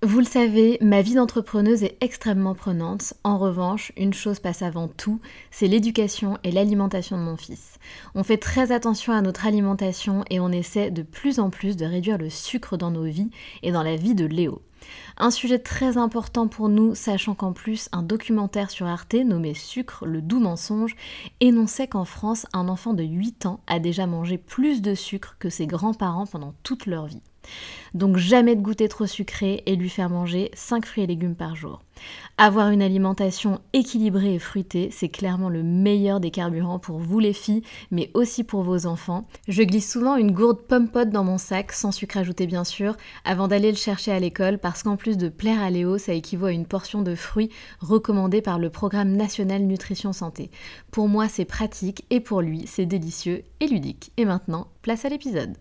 Vous le savez, ma vie d'entrepreneuse est extrêmement prenante. En revanche, une chose passe avant tout, c'est l'éducation et l'alimentation de mon fils. On fait très attention à notre alimentation et on essaie de plus en plus de réduire le sucre dans nos vies et dans la vie de Léo. Un sujet très important pour nous, sachant qu'en plus, un documentaire sur Arte nommé Sucre, le doux mensonge, énonçait qu'en France, un enfant de 8 ans a déjà mangé plus de sucre que ses grands-parents pendant toute leur vie. Donc jamais de goûter trop sucré et lui faire manger 5 fruits et légumes par jour. Avoir une alimentation équilibrée et fruitée, c'est clairement le meilleur des carburants pour vous les filles, mais aussi pour vos enfants. Je glisse souvent une gourde pomme-pote dans mon sac, sans sucre ajouté bien sûr, avant d'aller le chercher à l'école, parce qu'en plus de plaire à Léo, ça équivaut à une portion de fruits recommandée par le Programme national nutrition santé. Pour moi, c'est pratique et pour lui, c'est délicieux et ludique. Et maintenant, place à l'épisode.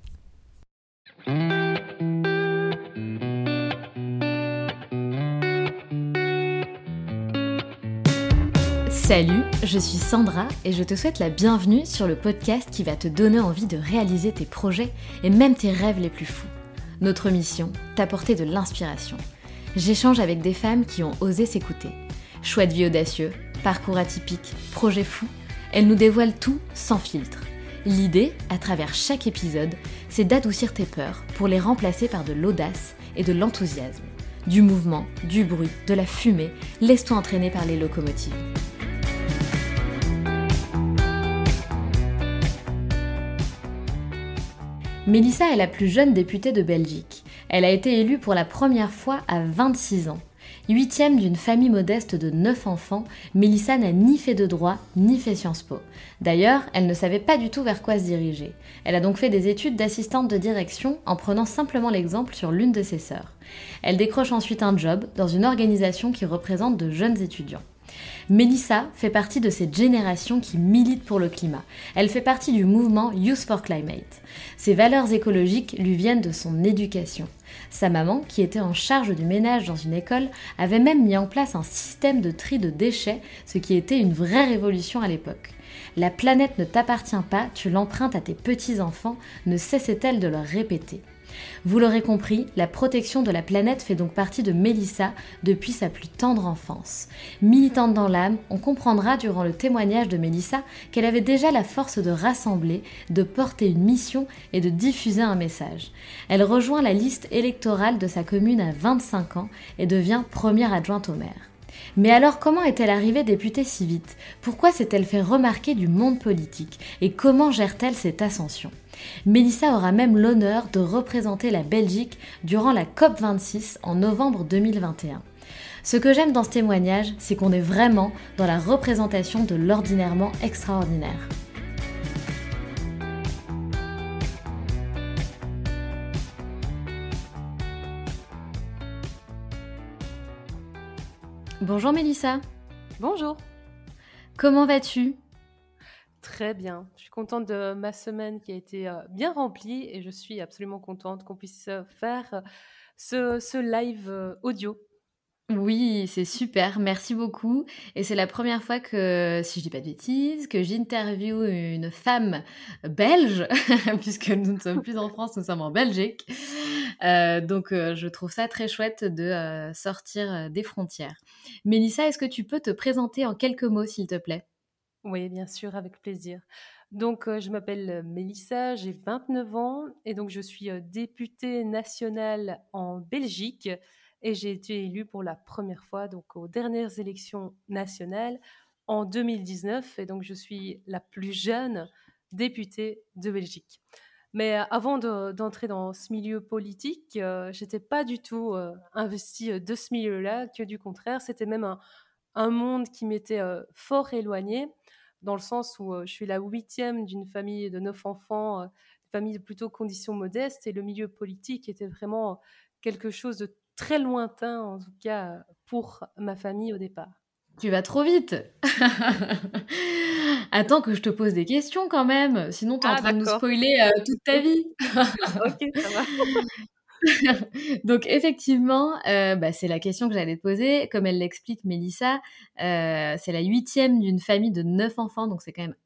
Salut, je suis Sandra et je te souhaite la bienvenue sur le podcast qui va te donner envie de réaliser tes projets et même tes rêves les plus fous. Notre mission, t'apporter de l'inspiration. J'échange avec des femmes qui ont osé s'écouter. Choix de vie audacieux, parcours atypique, projets fous, elles nous dévoilent tout sans filtre. L'idée, à travers chaque épisode, c'est d'adoucir tes peurs pour les remplacer par de l'audace et de l'enthousiasme. Du mouvement, du bruit, de la fumée, laisse-toi entraîner par les locomotives. Mélissa est la plus jeune députée de Belgique. Elle a été élue pour la première fois à 26 ans. 8e d'une famille modeste de 9 enfants, Mélissa n'a ni fait de droit, ni fait Sciences Po. D'ailleurs, elle ne savait pas du tout vers quoi se diriger. Elle a donc fait des études d'assistante de direction en prenant simplement l'exemple sur l'une de ses sœurs. Elle décroche ensuite un job dans une organisation qui représente de jeunes étudiants. Mélissa fait partie de cette génération qui milite pour le climat. Elle fait partie du mouvement Youth for Climate. Ses valeurs écologiques lui viennent de son éducation. Sa maman, qui était en charge du ménage dans une école, avait même mis en place un système de tri de déchets, ce qui était une vraie révolution à l'époque. La planète ne t'appartient pas, tu l'empruntes à tes petits-enfants, ne cessait-elle de leur répéter. Vous l'aurez compris, la protection de la planète fait donc partie de Mélissa depuis sa plus tendre enfance. Militante dans l'âme, on comprendra durant le témoignage de Mélissa qu'elle avait déjà la force de rassembler, de porter une mission et de diffuser un message. Elle rejoint la liste électorale de sa commune à 25 ans et devient première adjointe au maire. Mais alors comment est-elle arrivée députée si vite ? Pourquoi s'est-elle fait remarquer du monde politique ? Et comment gère-t-elle cette ascension ? Mélissa aura même l'honneur de représenter la Belgique durant la COP26 en novembre 2021. Ce que j'aime dans ce témoignage, c'est qu'on est vraiment dans la représentation de l'ordinairement extraordinaire. Bonjour Mélissa. Bonjour. Comment vas-tu ? Très bien. Je suis contente de ma semaine qui a été bien remplie et je suis absolument contente qu'on puisse faire ce live audio. Oui, c'est super, merci beaucoup. Et c'est la première fois que, si je dis pas de bêtises, que j'interviewe une femme belge, puisque nous ne sommes plus en France, nous sommes en Belgique. Donc, je trouve ça très chouette de sortir des frontières. Mélissa, est-ce que tu peux te présenter en quelques mots, s'il te plaît ? Oui, bien sûr, avec plaisir. Donc, je m'appelle Mélissa, j'ai 29 ans et donc je suis députée nationale en Belgique et j'ai été élue pour la première fois donc aux dernières élections nationales en 2019 et donc je suis la plus jeune députée de Belgique. Mais avant d'entrer dans ce milieu politique, j'étais pas du tout investie de ce milieu-là, que du contraire, c'était même un monde qui m'était fort éloigné, dans le sens où je suis la 8e d'une famille de 9 enfants, une famille de plutôt conditions modestes, et le milieu politique était vraiment quelque chose de très lointain, en tout cas pour ma famille au départ. Tu vas trop vite. Attends que je te pose des questions quand même, sinon tu es en Ah train de nous d'accord, spoiler toute ta vie. ok, ça va. Donc effectivement, c'est la question que j'allais te poser. Comme elle l'explique Mélissa, c'est la 8e d'une famille de 9 enfants, donc c'est quand même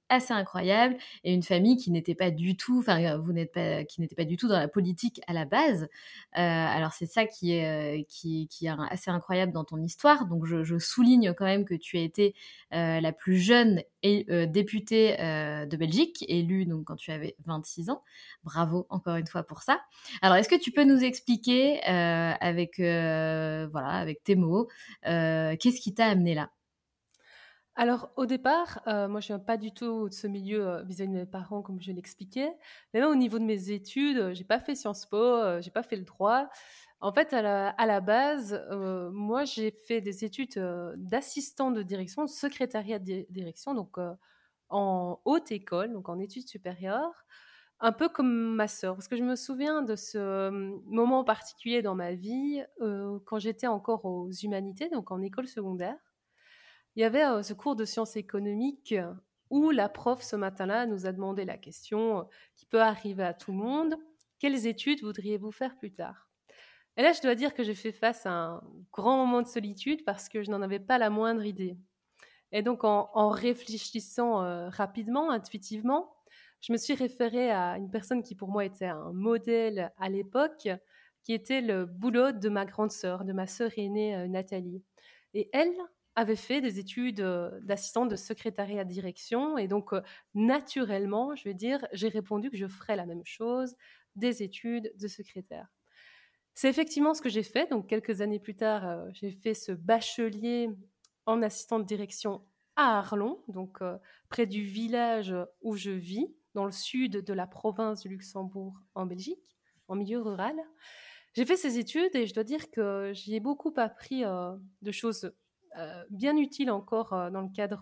assez incroyable et une famille qui n'était pas du tout, enfin, vous n'êtes pas qui n'était pas du tout dans la politique à la base. Alors c'est ça qui est assez incroyable dans ton histoire. Donc je souligne quand même que tu as été, la plus jeune et députée, de Belgique, élue donc quand tu avais 26 ans. Bravo encore une fois pour ça. Alors est-ce que tu peux nous expliquer, avec, voilà, avec tes mots, qu'est-ce qui t'a amené là? Alors au départ, moi je viens pas du tout de ce milieu, vis-à-vis de mes parents comme je l'expliquais. Mais même au niveau de mes études, j'ai pas fait Sciences Po, j'ai pas fait le droit. En fait, à la base, moi j'ai fait des études, d'assistant de direction, de secrétariat de direction, donc en haute école, donc en études supérieures, un peu comme ma sœur. Parce que je me souviens de ce, moment particulier dans ma vie, quand j'étais encore aux humanités, donc en école secondaire. Il y avait ce cours de sciences économiques où la prof, ce matin-là, nous a demandé la question qui peut arriver à tout le monde. Quelles études voudriez-vous faire plus tard? Et là, je dois dire que j'ai fait face à un grand moment de solitude parce que je n'en avais pas la moindre idée. Et donc, en réfléchissant rapidement, intuitivement, je me suis référée à une personne qui, pour moi, était un modèle à l'époque, qui était le boulot de ma grande sœur, de ma sœur aînée Nathalie. Et elle avait fait des études d'assistante de secrétariat de direction. Et donc, naturellement, je vais dire, j'ai répondu que je ferais la même chose, des études de secrétaire. C'est effectivement ce que j'ai fait. Donc, quelques années plus tard, j'ai fait ce bachelier en assistante de direction à Arlon, donc près du village où je vis, dans le sud de la province du Luxembourg, en Belgique, en milieu rural. J'ai fait ces études et je dois dire que j'y ai beaucoup appris de choses bien utiles encore dans le cadre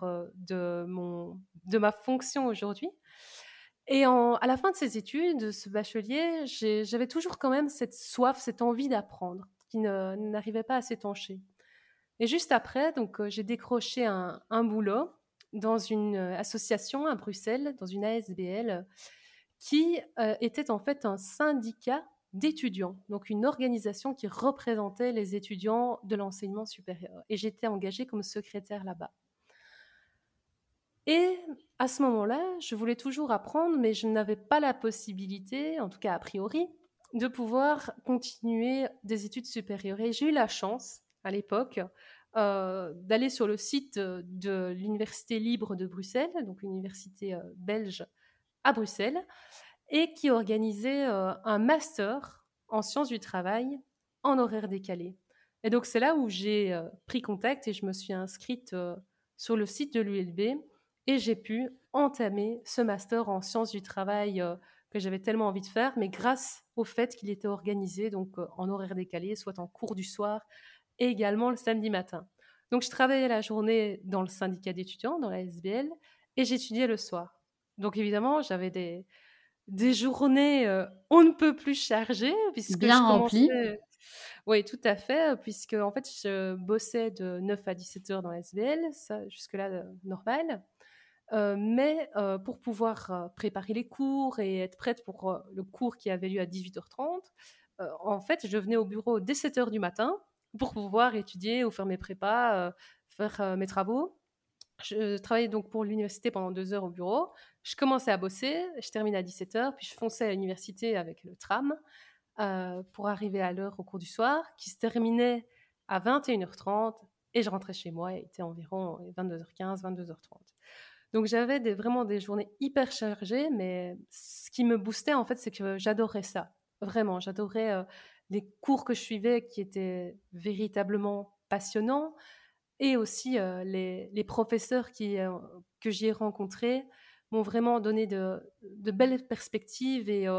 de ma fonction aujourd'hui. Et à la fin de ces études, de ce bachelier, j'avais toujours quand même cette soif, cette envie d'apprendre, qui n'arrivait pas à s'étancher. Et juste après, donc, j'ai décroché un boulot dans une association à Bruxelles, dans une ASBL, qui était en fait un syndicat d'étudiants, donc une organisation qui représentait les étudiants de l'enseignement supérieur. Et j'étais engagée comme secrétaire là-bas. Et à ce moment-là, je voulais toujours apprendre, mais je n'avais pas la possibilité, en tout cas a priori, de pouvoir continuer des études supérieures. Et j'ai eu la chance, à l'époque, d'aller sur le site de l'Université libre de Bruxelles, donc l'université belge à Bruxelles, et qui organisait un master en sciences du travail en horaire décalé. Et donc c'est là où j'ai pris contact et je me suis inscrite sur le site de l'ULB et j'ai pu entamer ce master en sciences du travail que j'avais tellement envie de faire, mais grâce au fait qu'il était organisé donc en horaire décalé, soit en cours du soir et également le samedi matin. Donc je travaillais la journée dans le syndicat d'étudiants, dans la SBL, et j'étudiais le soir. Donc évidemment, j'avais des journées on ne peut plus chargées, puisque Bien je rempli. commençais. Oui, tout à fait, puisque en fait, je bossais de 9 à 17 heures dans la SBL, ça jusque-là normal. Mais pour pouvoir préparer les cours et être prête pour le cours qui avait lieu à 18h30, en fait, je venais au bureau dès 7 heures du matin pour pouvoir étudier ou faire mes prépas, faire mes travaux. Je travaillais donc pour l'université pendant 2 heures au bureau. Je commençais à bosser, je terminais à 17 heures, puis je fonçais à l'université avec le tram pour arriver à l'heure au cours du soir, qui se terminait à 21h30, et je rentrais chez moi, il était environ 22h15, 22h30. Donc j'avais vraiment des journées hyper chargées, mais ce qui me boostait en fait, c'est que j'adorais ça. Vraiment, j'adorais les cours que je suivais qui étaient véritablement passionnants et aussi les professeurs que j'y ai rencontrés m'ont vraiment donné de belles perspectives et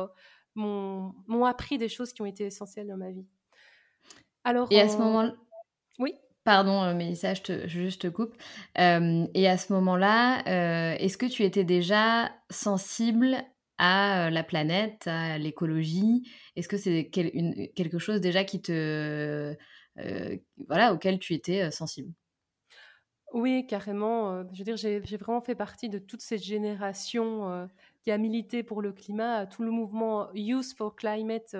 m'ont appris des choses qui ont été essentielles dans ma vie. Alors, Et à ce moment oui. Pardon, Mélissa, je te coupe. Et à ce moment-là, est-ce que tu étais déjà sensible à, la planète, à l'écologie? Est-ce que c'est quelque chose déjà qui te, voilà, auquel tu étais, sensible? Oui, carrément. Je veux dire, j'ai vraiment fait partie de toute cette génération qui a milité pour le climat. Tout le mouvement Youth for Climate,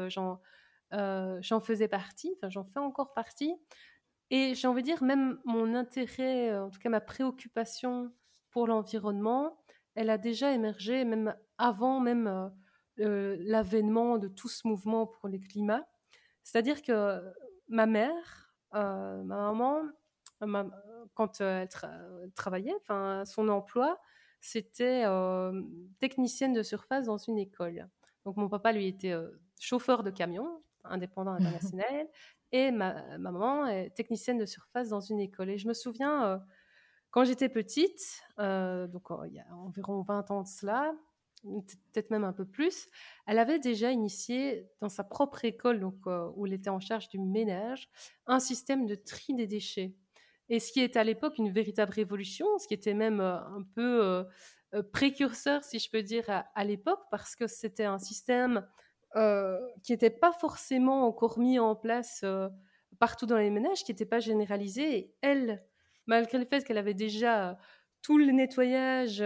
j'en faisais partie, enfin, j'en fais encore partie. Et j'ai envie de dire, même mon intérêt, en tout cas ma préoccupation pour l'environnement, elle a déjà émergé même avant même, l'avènement de tout ce mouvement pour le climat. C'est-à-dire que ma mère, ma maman, ma quand, elle travaillait, enfin son emploi, c'était, technicienne de surface dans une école. Donc mon papa, lui, était, chauffeur de camion, indépendant international, et ma maman est technicienne de surface dans une école. Et je me souviens, quand j'étais petite, donc il y a environ 20 ans de cela, peut-être même un peu plus, elle avait déjà initié dans sa propre école, donc où elle était en charge du ménage, un système de tri des déchets. Et ce qui était à l'époque une véritable révolution, ce qui était même, un peu, précurseur, si je peux dire, à l'époque, parce que c'était un système, qui n'était pas forcément encore mis en place, partout dans les ménages, qui n'était pas généralisé. Et elle, malgré le fait qu'elle avait déjà tout le nettoyage,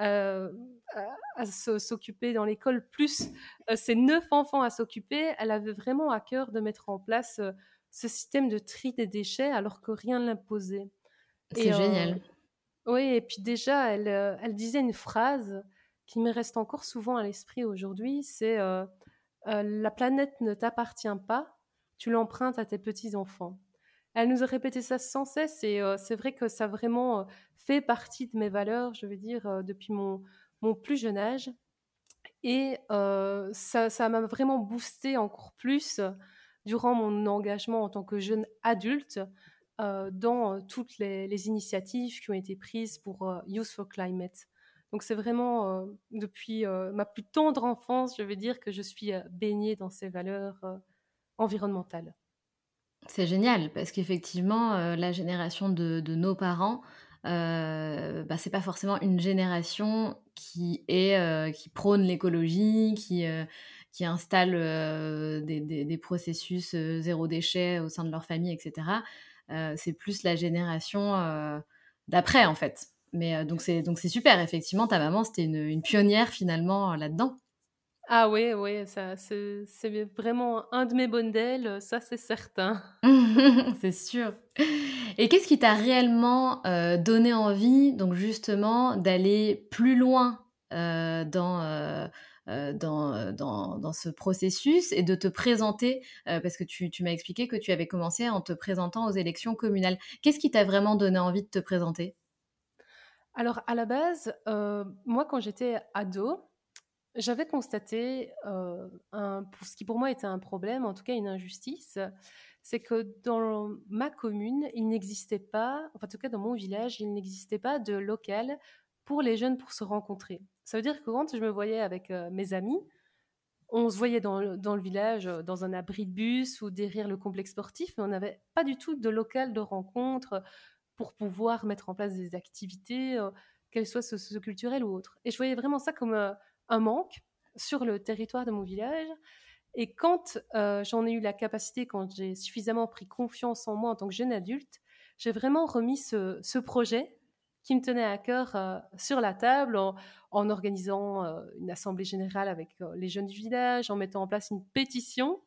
à s'occuper dans l'école, plus, ses 9 enfants à s'occuper, elle avait vraiment à cœur de mettre en place, ce système de tri des déchets alors que rien ne l'imposait. C'est Et génial. oui, et puis déjà elle disait une phrase qui me reste encore souvent à l'esprit aujourd'hui, c'est, «La planète ne t'appartient pas, tu l'empruntes à tes petits-enfants». Elle nous a répété ça sans cesse, et c'est vrai que ça a vraiment, fait partie de mes valeurs, je veux dire, depuis mon plus jeune âge. Et ça m'a vraiment boosté encore plus, durant mon engagement en tant que jeune adulte, dans, toutes les initiatives qui ont été prises pour, Youth for Climate. Donc c'est vraiment, depuis, ma plus tendre enfance, je vais dire que je suis, baignée dans ces valeurs, environnementales. C'est génial parce qu'effectivement, la génération de nos parents, bah, c'est pas forcément une génération qui prône l'écologie, qui installe, des processus, zéro déchet au sein de leur famille et cetera. C'est plus la génération, d'après, en fait. Mais, donc c'est super, effectivement, ta maman, c'était une pionnière finalement, là-dedans. Ah oui, oui, ça c'est vraiment un de mes modèles, ça c'est certain. C'est sûr. Et qu'est-ce qui t'a réellement, donné envie, donc justement, d'aller plus loin, dans ce processus et de te présenter? Parce que tu m'as expliqué que tu avais commencé en te présentant aux élections communales. Qu'est-ce qui t'a vraiment donné envie de te présenter? Alors à la base, moi quand j'étais ado, j'avais constaté, pour ce qui pour moi était un problème, en tout cas une injustice, c'est que dans ma commune, il n'existait pas, enfin en tout cas dans mon village, il n'existait pas de local pour les jeunes pour se rencontrer. Ça veut dire que quand je me voyais avec, mes amis, on se voyait dans le village, dans un abri de bus ou derrière le complexe sportif, mais on n'avait pas du tout de local de rencontre, pour pouvoir mettre en place des activités, qu'elles soient socio-culturelles ou autres. Et je voyais vraiment ça comme, un manque sur le territoire de mon village. Et quand, j'en ai eu la capacité, quand j'ai suffisamment pris confiance en moi en tant que jeune adulte, j'ai vraiment remis ce projet qui me tenait à cœur, sur la table, en organisant, une assemblée générale avec, les jeunes du village, en mettant en place une pétition,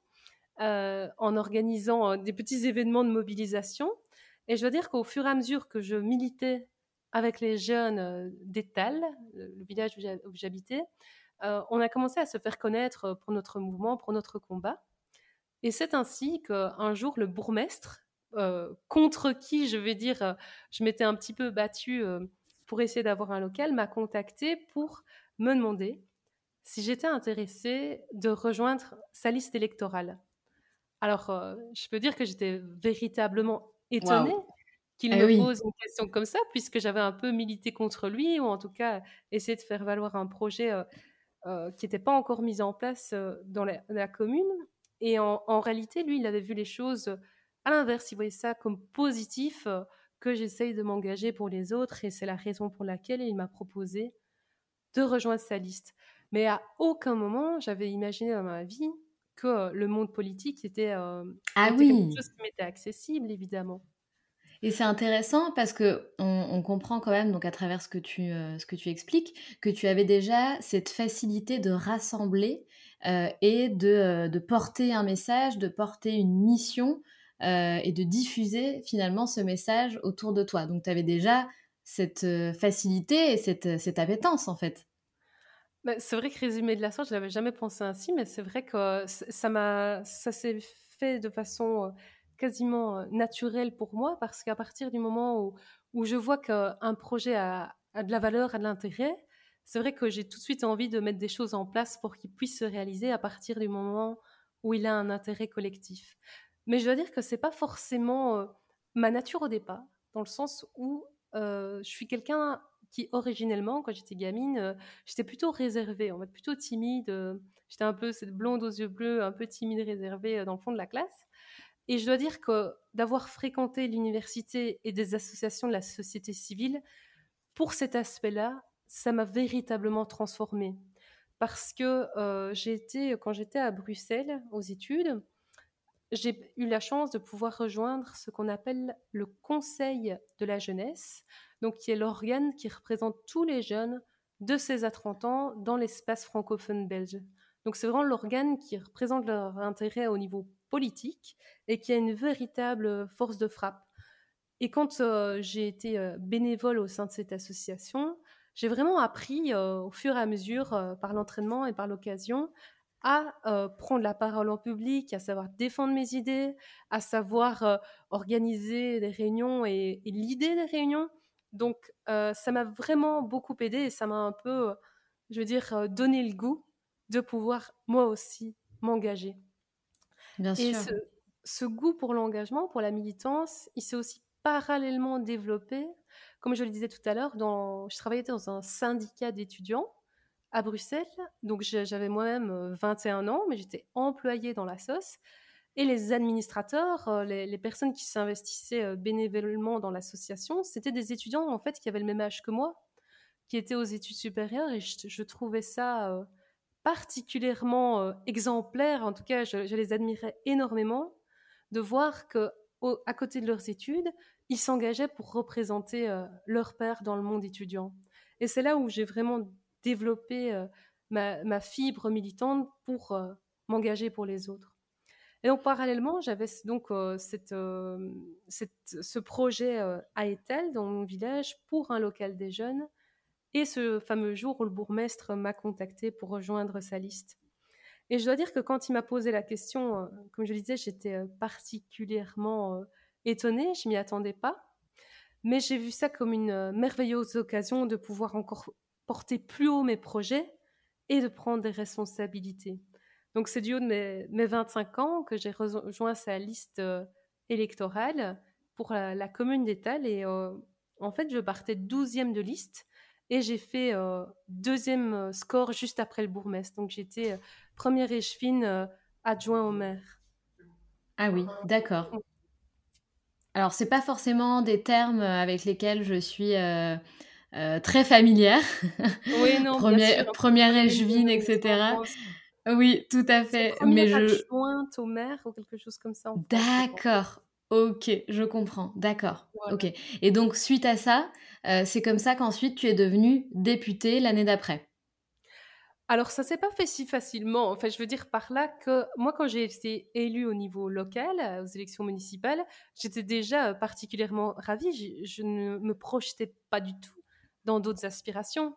en organisant, des petits événements de mobilisation. Et je dois dire qu'au fur et à mesure que je militais avec les jeunes, d'Étal, le village où j'habitais, on a commencé à se faire connaître, pour notre mouvement, pour notre combat. Et c'est ainsi qu'un jour le bourgmestre, contre qui je vais dire, je m'étais un petit peu battue, pour essayer d'avoir un local, m'a contactée pour me demander si j'étais intéressée de rejoindre sa liste électorale. Alors, je peux dire que j'étais véritablement étonnée Waouh! qu'il Eh me oui. pose une question comme ça, puisque j'avais un peu milité contre lui, ou en tout cas essayé de faire valoir un projet, qui n'était pas encore mis en place, dans la commune. Et en réalité, lui, il avait vu les choses, à l'inverse. Il voyait ça comme positif, que j'essaye de m'engager pour les autres, et c'est la raison pour laquelle il m'a proposé de rejoindre sa liste. Mais à aucun moment, j'avais imaginé dans ma vie que, le monde politique Ah était quelque oui! chose qui m'était accessible, évidemment. Et c'est intéressant parce qu'on comprend quand même, donc à travers ce que tu expliques, que tu avais déjà cette facilité de rassembler, et de porter un message, de porter une mission, et de diffuser finalement ce message autour de toi. Donc tu avais déjà cette facilité et cette appétence, en fait. Bah, c'est vrai que résumé de la sorte, je l'avais jamais pensé ainsi, mais c'est vrai que ça s'est fait de façon, quasiment, naturelle pour moi parce qu'à partir du moment où je vois qu'un projet a de la valeur, a de l'intérêt, c'est vrai que j'ai tout de suite envie de mettre des choses en place pour qu'il puisse se réaliser à partir du moment où il a un intérêt collectif. Mais je dois dire que c'est pas forcément, ma nature au départ, dans le sens où, je suis quelqu'un qui originellement, quand j'étais gamine, j'étais plutôt réservée, en fait, plutôt timide. J'étais un peu cette blonde aux yeux bleus, un peu timide, réservée dans le fond de la classe. Et je dois dire que d'avoir fréquenté l'université et des associations de la société civile, pour cet aspect-là, ça m'a véritablement transformée. Parce que quand j'étais à Bruxelles aux études, j'ai eu la chance de pouvoir rejoindre ce qu'on appelle le Conseil de la jeunesse, donc qui est l'organe qui représente tous les jeunes de 16 à 30 ans dans l'espace francophone belge. Donc c'est vraiment l'organe qui représente leur intérêt au niveau politique et qui a une véritable force de frappe. Et quand j'ai été bénévole au sein de cette association, j'ai vraiment appris au fur et à mesure, par l'entraînement et par l'occasion, à prendre la parole en public, à savoir défendre mes idées, à savoir organiser des réunions et l'idée des réunions. Donc ça m'a vraiment beaucoup aidé et ça m'a un peu, je veux dire, donné le goût de pouvoir moi aussi m'engager. Bien Et sûr. ce goût pour l'engagement, pour la militance, il s'est aussi parallèlement développé. Comme je le disais tout à l'heure, je travaillais dans un syndicat d'étudiants à Bruxelles. Donc j'avais moi-même 21 ans, mais j'étais employée dans la SOS. Et les administrateurs, les personnes qui s'investissaient bénévolement dans l'association, c'était des étudiants en fait qui avaient le même âge que moi, qui étaient aux études supérieures. Et je trouvais ça particulièrement exemplaires. En tout cas, je les admirais énormément de voir que, à côté de leurs études, ils s'engageaient pour représenter leur père dans le monde étudiant. Et c'est là où j'ai vraiment développé ma fibre militante pour m'engager pour les autres. Et donc, parallèlement, j'avais donc ce projet à Etel, dans mon village, pour un local des jeunes. Et ce fameux jour où le bourgmestre m'a contacté pour rejoindre sa liste. Et je dois dire que quand il m'a posé la question, comme je le disais, j'étais particulièrement étonnée, je m'y attendais pas. Mais j'ai vu ça comme une merveilleuse occasion de pouvoir encore porter plus haut mes projets et de prendre des responsabilités. Donc c'est du haut de mes 25 ans que j'ai rejoint sa liste électorale pour la commune d'Étal. Et en fait, je partais 12e de liste et j'ai fait deuxième score juste après le bourgmestre. Donc j'étais première échevine adjoint au maire. Ah oui, d'accord. Alors, c'est pas forcément des termes avec lesquels je suis très familière. Oui, non, bien sûr, un peu Première comme échevine, nous en etc. France. Oui, tout à C'est fait. première Mais je... adjointe au maire ou quelque chose comme ça en France, je pense. D'accord. Ok, je comprends. D'accord. Ok. Voilà. Et donc, suite à ça, c'est comme ça qu'ensuite tu es devenue députée l'année d'après. Alors ça s'est pas fait si facilement. Enfin, je veux dire par là que moi, quand j'ai été élue au niveau local, aux élections municipales, j'étais déjà particulièrement ravie. Je ne me projetais pas du tout dans d'autres aspirations.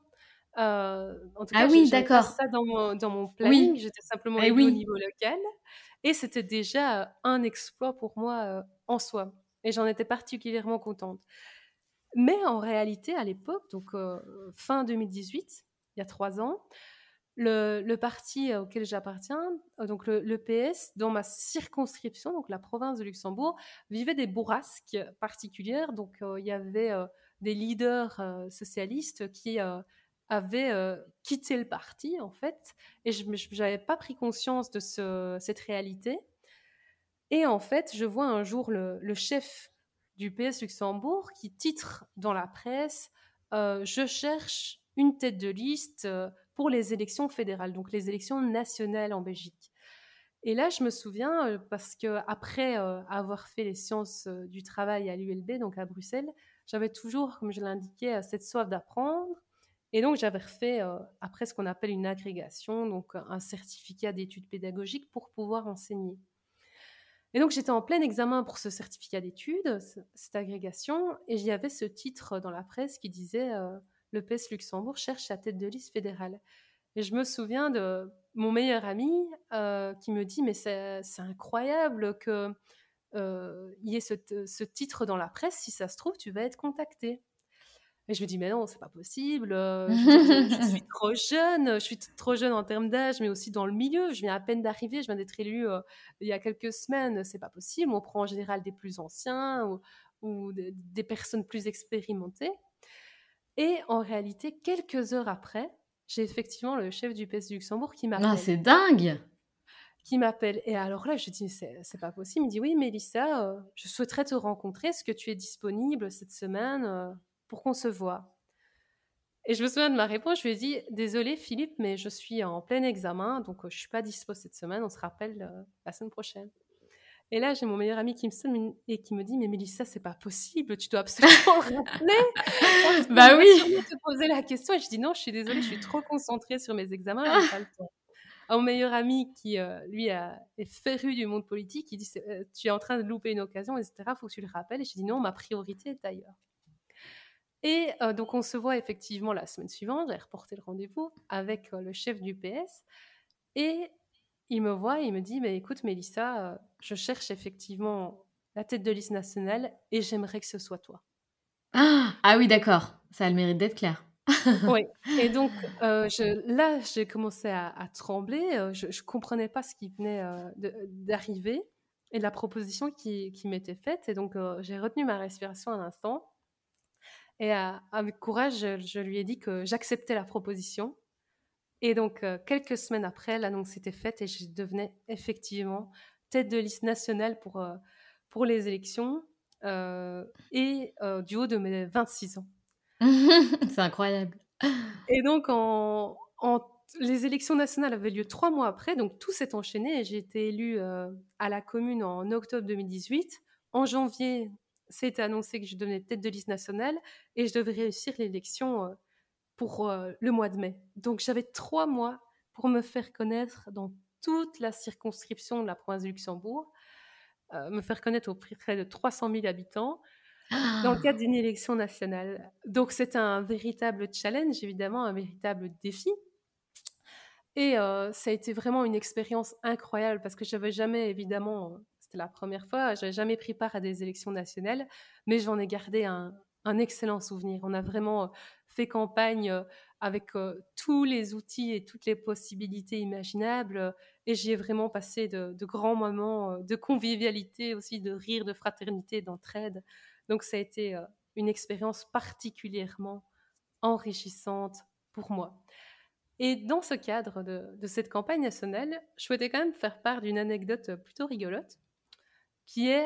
En tout Ah cas, oui, j'avais pas d'accord. ça dans mon planning. Oui. J'étais simplement Eh élue au oui. niveau local et c'était déjà un exploit pour moi en soi. Et j'en étais particulièrement contente. Mais en réalité, à l'époque, donc fin 2018, il y a 3 ans, le parti auquel j'appartiens, donc le PS, dans ma circonscription, donc la province de Luxembourg, vivait des bourrasques particulières. Donc il y avait des leaders socialistes qui avaient quitté le parti, en fait, et je n'avais pas pris conscience de cette réalité. Et en fait, je vois un jour le chef du PS Luxembourg qui titre dans la presse Je cherche une tête de liste pour les élections fédérales, donc les élections nationales en Belgique. Et là, je me souviens, parce que après avoir fait les sciences du travail à l'ULB, donc à Bruxelles, j'avais toujours, comme je l'indiquais, cette soif d'apprendre. Et donc, j'avais refait, après, ce qu'on appelle une agrégation, donc un certificat d'études pédagogiques pour pouvoir enseigner. Et donc, j'étais en plein examen pour ce certificat d'études, cette agrégation, et il y avait ce titre dans la presse qui disait le PS Luxembourg cherche sa tête de liste fédérale. Et je me souviens de mon meilleur ami qui me dit mais c'est incroyable que il y ait ce titre dans la presse. Si ça se trouve, tu vas être contacté. Et je me dis mais non, c'est pas possible. Je veux dire, je suis trop jeune. Je suis trop jeune en termes d'âge, mais aussi dans le milieu. Je viens à peine d'arriver. Je viens d'être élue il y a quelques semaines. C'est pas possible. On prend en général des plus anciens ou des personnes plus expérimentées. Et en réalité, quelques heures après, j'ai effectivement le chef du PS du Luxembourg qui Ah, m'appelle. c'est dingue! Et alors là, je dis, c'est pas possible. Il me dit, oui, Mélissa, je souhaiterais te rencontrer. Est-ce que tu es disponible cette semaine pour qu'on se voit? Et je me souviens de ma réponse. Je lui ai dit, désolé Philippe, mais je suis en plein examen, donc je suis pas dispo cette semaine. On se rappelle la semaine prochaine. Et là, j'ai mon meilleur ami qui me sonne et qui me dit, mais Mélissa, c'est pas possible. Tu dois absolument le rappeler. Parce qu'il Bah va oui! sûrement te poser la question. Et je dis, non, je suis désolée, je suis trop concentrée sur mes examens, j'ai pas le temps. À mon meilleur ami qui, lui, est féru du monde politique, il dit tu es en train de louper une occasion, etc. Il faut que tu le rappelles. Et je dis non, ma priorité est ailleurs. Et donc, on se voit effectivement la semaine suivante. J'ai reporté le rendez-vous avec le chef du PS. Et il me voit et il me dit écoute, Mélissa, je cherche effectivement la tête de liste nationale et j'aimerais que ce soit toi. Ah oui, d'accord. Ça a le mérite d'être clair. Oui. Et donc, là, j'ai commencé à trembler. Je ne comprenais pas ce qui venait d'arriver et la proposition qui m'était faite. Et donc, j'ai retenu ma respiration un instant. Et avec courage, je lui ai dit que j'acceptais la proposition. Et donc, quelques semaines après, l'annonce était faite et je devenais effectivement tête de liste nationale pour les élections du haut de mes 26 ans. C'est incroyable. Et donc, les élections nationales avaient lieu 3 mois après, donc tout s'est enchaîné et j'ai été élue à la commune en octobre 2018. En janvier, c'était annoncé que je devenais tête de liste nationale et je devais réussir l'élection pour le mois de mai. Donc, j'avais 3 mois pour me faire connaître dans toute la circonscription de la province du Luxembourg, me faire connaître auprès de 300 000 habitants dans le cadre d'une élection nationale. Donc, c'était un véritable challenge, évidemment, un véritable défi. Et ça a été vraiment une expérience incroyable parce que j'avais jamais, évidemment, c'était la première fois, j'avais jamais pris part à des élections nationales, mais j'en ai gardé un excellent souvenir. On a vraiment fait campagne avec tous les outils et toutes les possibilités imaginables et j'y ai vraiment passé de grands moments de convivialité, aussi de rire, de fraternité, d'entraide. Donc ça a été une expérience particulièrement enrichissante pour moi. Et dans ce cadre de cette campagne nationale, je souhaitais quand même faire part d'une anecdote plutôt rigolote, qui est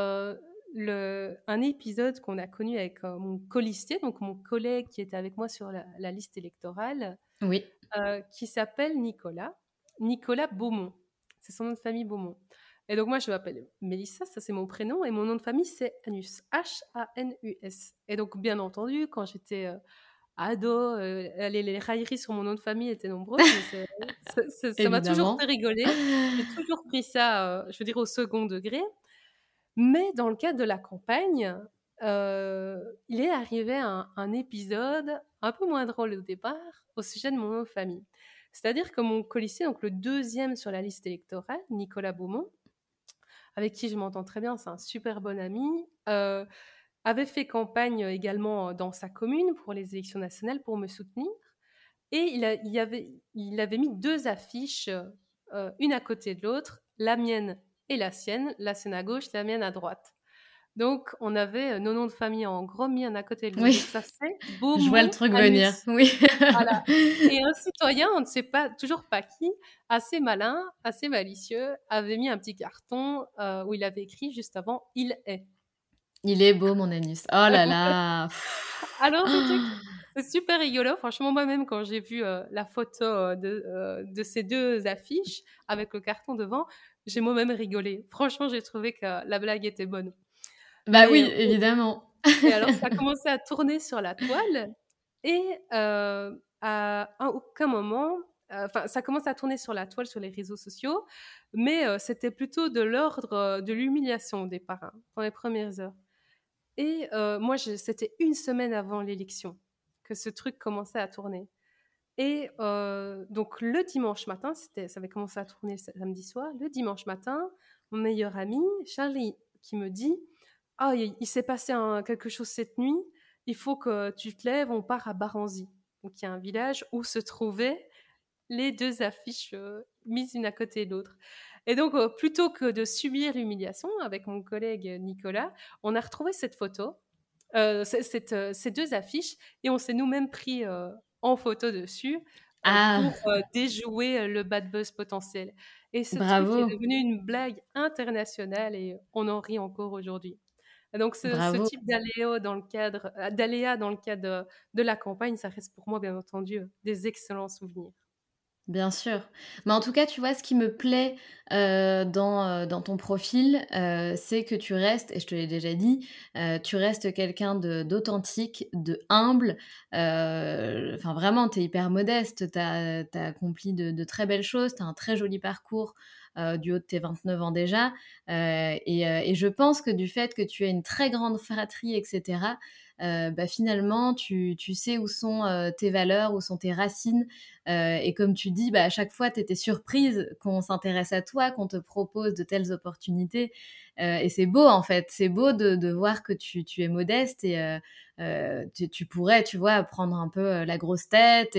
un épisode qu'on a connu avec mon colistier, donc mon collègue qui était avec moi sur la liste électorale, Oui. qui s'appelle Nicolas Beaumont. C'est son nom de famille, Beaumont. Et donc moi, je m'appelle Mélissa, ça c'est mon prénom, et mon nom de famille c'est Hanus, H-A-N-U-S. Et donc bien entendu, quand j'étais ado, les railleries sur mon nom de famille étaient nombreuses, mais ça m'a toujours fait Évidemment. rigoler. J'ai toujours pris ça, je veux dire, au second degré. Mais dans le cadre de la campagne, il est arrivé un épisode un peu moins drôle au départ au sujet de mon nom de famille. C'est-à-dire que mon colistier, donc le deuxième sur la liste électorale, Nicolas Beaumont, avec qui je m'entends très bien, c'est un super bon ami, avait fait campagne également dans sa commune pour les élections nationales pour me soutenir. Et il avait mis 2 affiches, une à côté de l'autre, la mienne et la sienne à gauche, la mienne à droite. Donc on avait nos noms de famille en gros mis un à côté de l'autre. Oui, Donc ça fait je vois le Beaumont truc venir. Anus. Oui. Voilà. Et un citoyen, on ne sait pas toujours pas qui, assez malin, assez malicieux, avait mis un petit carton, où il avait écrit juste avant: «Il est». Il est beau mon anus. Oh là là. Alors c'est super rigolo. Franchement, moi-même, quand j'ai vu la photo de ces 2 affiches avec le carton devant, j'ai moi-même rigolé. Franchement, j'ai trouvé que la blague était bonne. Bah Mais oui, évidemment. et alors ça a commencé à tourner sur la toile et à aucun moment, enfin, ça commence à tourner sur la toile, sur les réseaux sociaux, mais c'était plutôt de l'ordre de l'humiliation au départ, hein, dans les premières heures. Et moi, c'était une semaine avant l'élection que ce truc commençait à tourner. Et donc le dimanche matin, ça avait commencé à tourner samedi soir. Le dimanche matin, mon meilleur ami, Charlie, qui me dit: «Ah, il s'est passé quelque chose cette nuit, il faut que tu te lèves, on part à Baranzy». Donc il y a un village où se trouvaient les 2 affiches, mises une à côté de l'autre. Et donc plutôt que de subir l'humiliation, avec mon collègue Nicolas, on a retrouvé cette photo, ces 2 affiches, et on s'est nous-mêmes pris, en photo dessus, Ah, pour, déjouer, le bad buzz potentiel. Et ce truc est bravo, devenu une blague internationale et on en rit encore aujourd'hui. Et donc ce bravo. type d'aléa dans le cadre de la campagne, ça reste pour moi, bien entendu, des excellents souvenirs. Bien sûr. Mais en tout cas, tu vois, ce qui me plaît, dans ton profil, c'est que tu restes et je te l'ai déjà dit, tu restes quelqu'un d'authentique, de humble, enfin vraiment, tu es hyper modeste, tu as accompli de très belles choses, tu as un très joli parcours, du haut de tes 29 ans déjà, et je pense que du fait que tu aies une très grande fratrie et cetera, bah, finalement, tu sais où sont, tes valeurs, où sont tes racines. Et comme tu dis, bah, à chaque fois, tu étais surprise qu'on s'intéresse à toi, qu'on te propose de telles opportunités. Et c'est beau, en fait. C'est beau de voir que tu es modeste et tu pourrais, tu vois, prendre un peu la grosse tête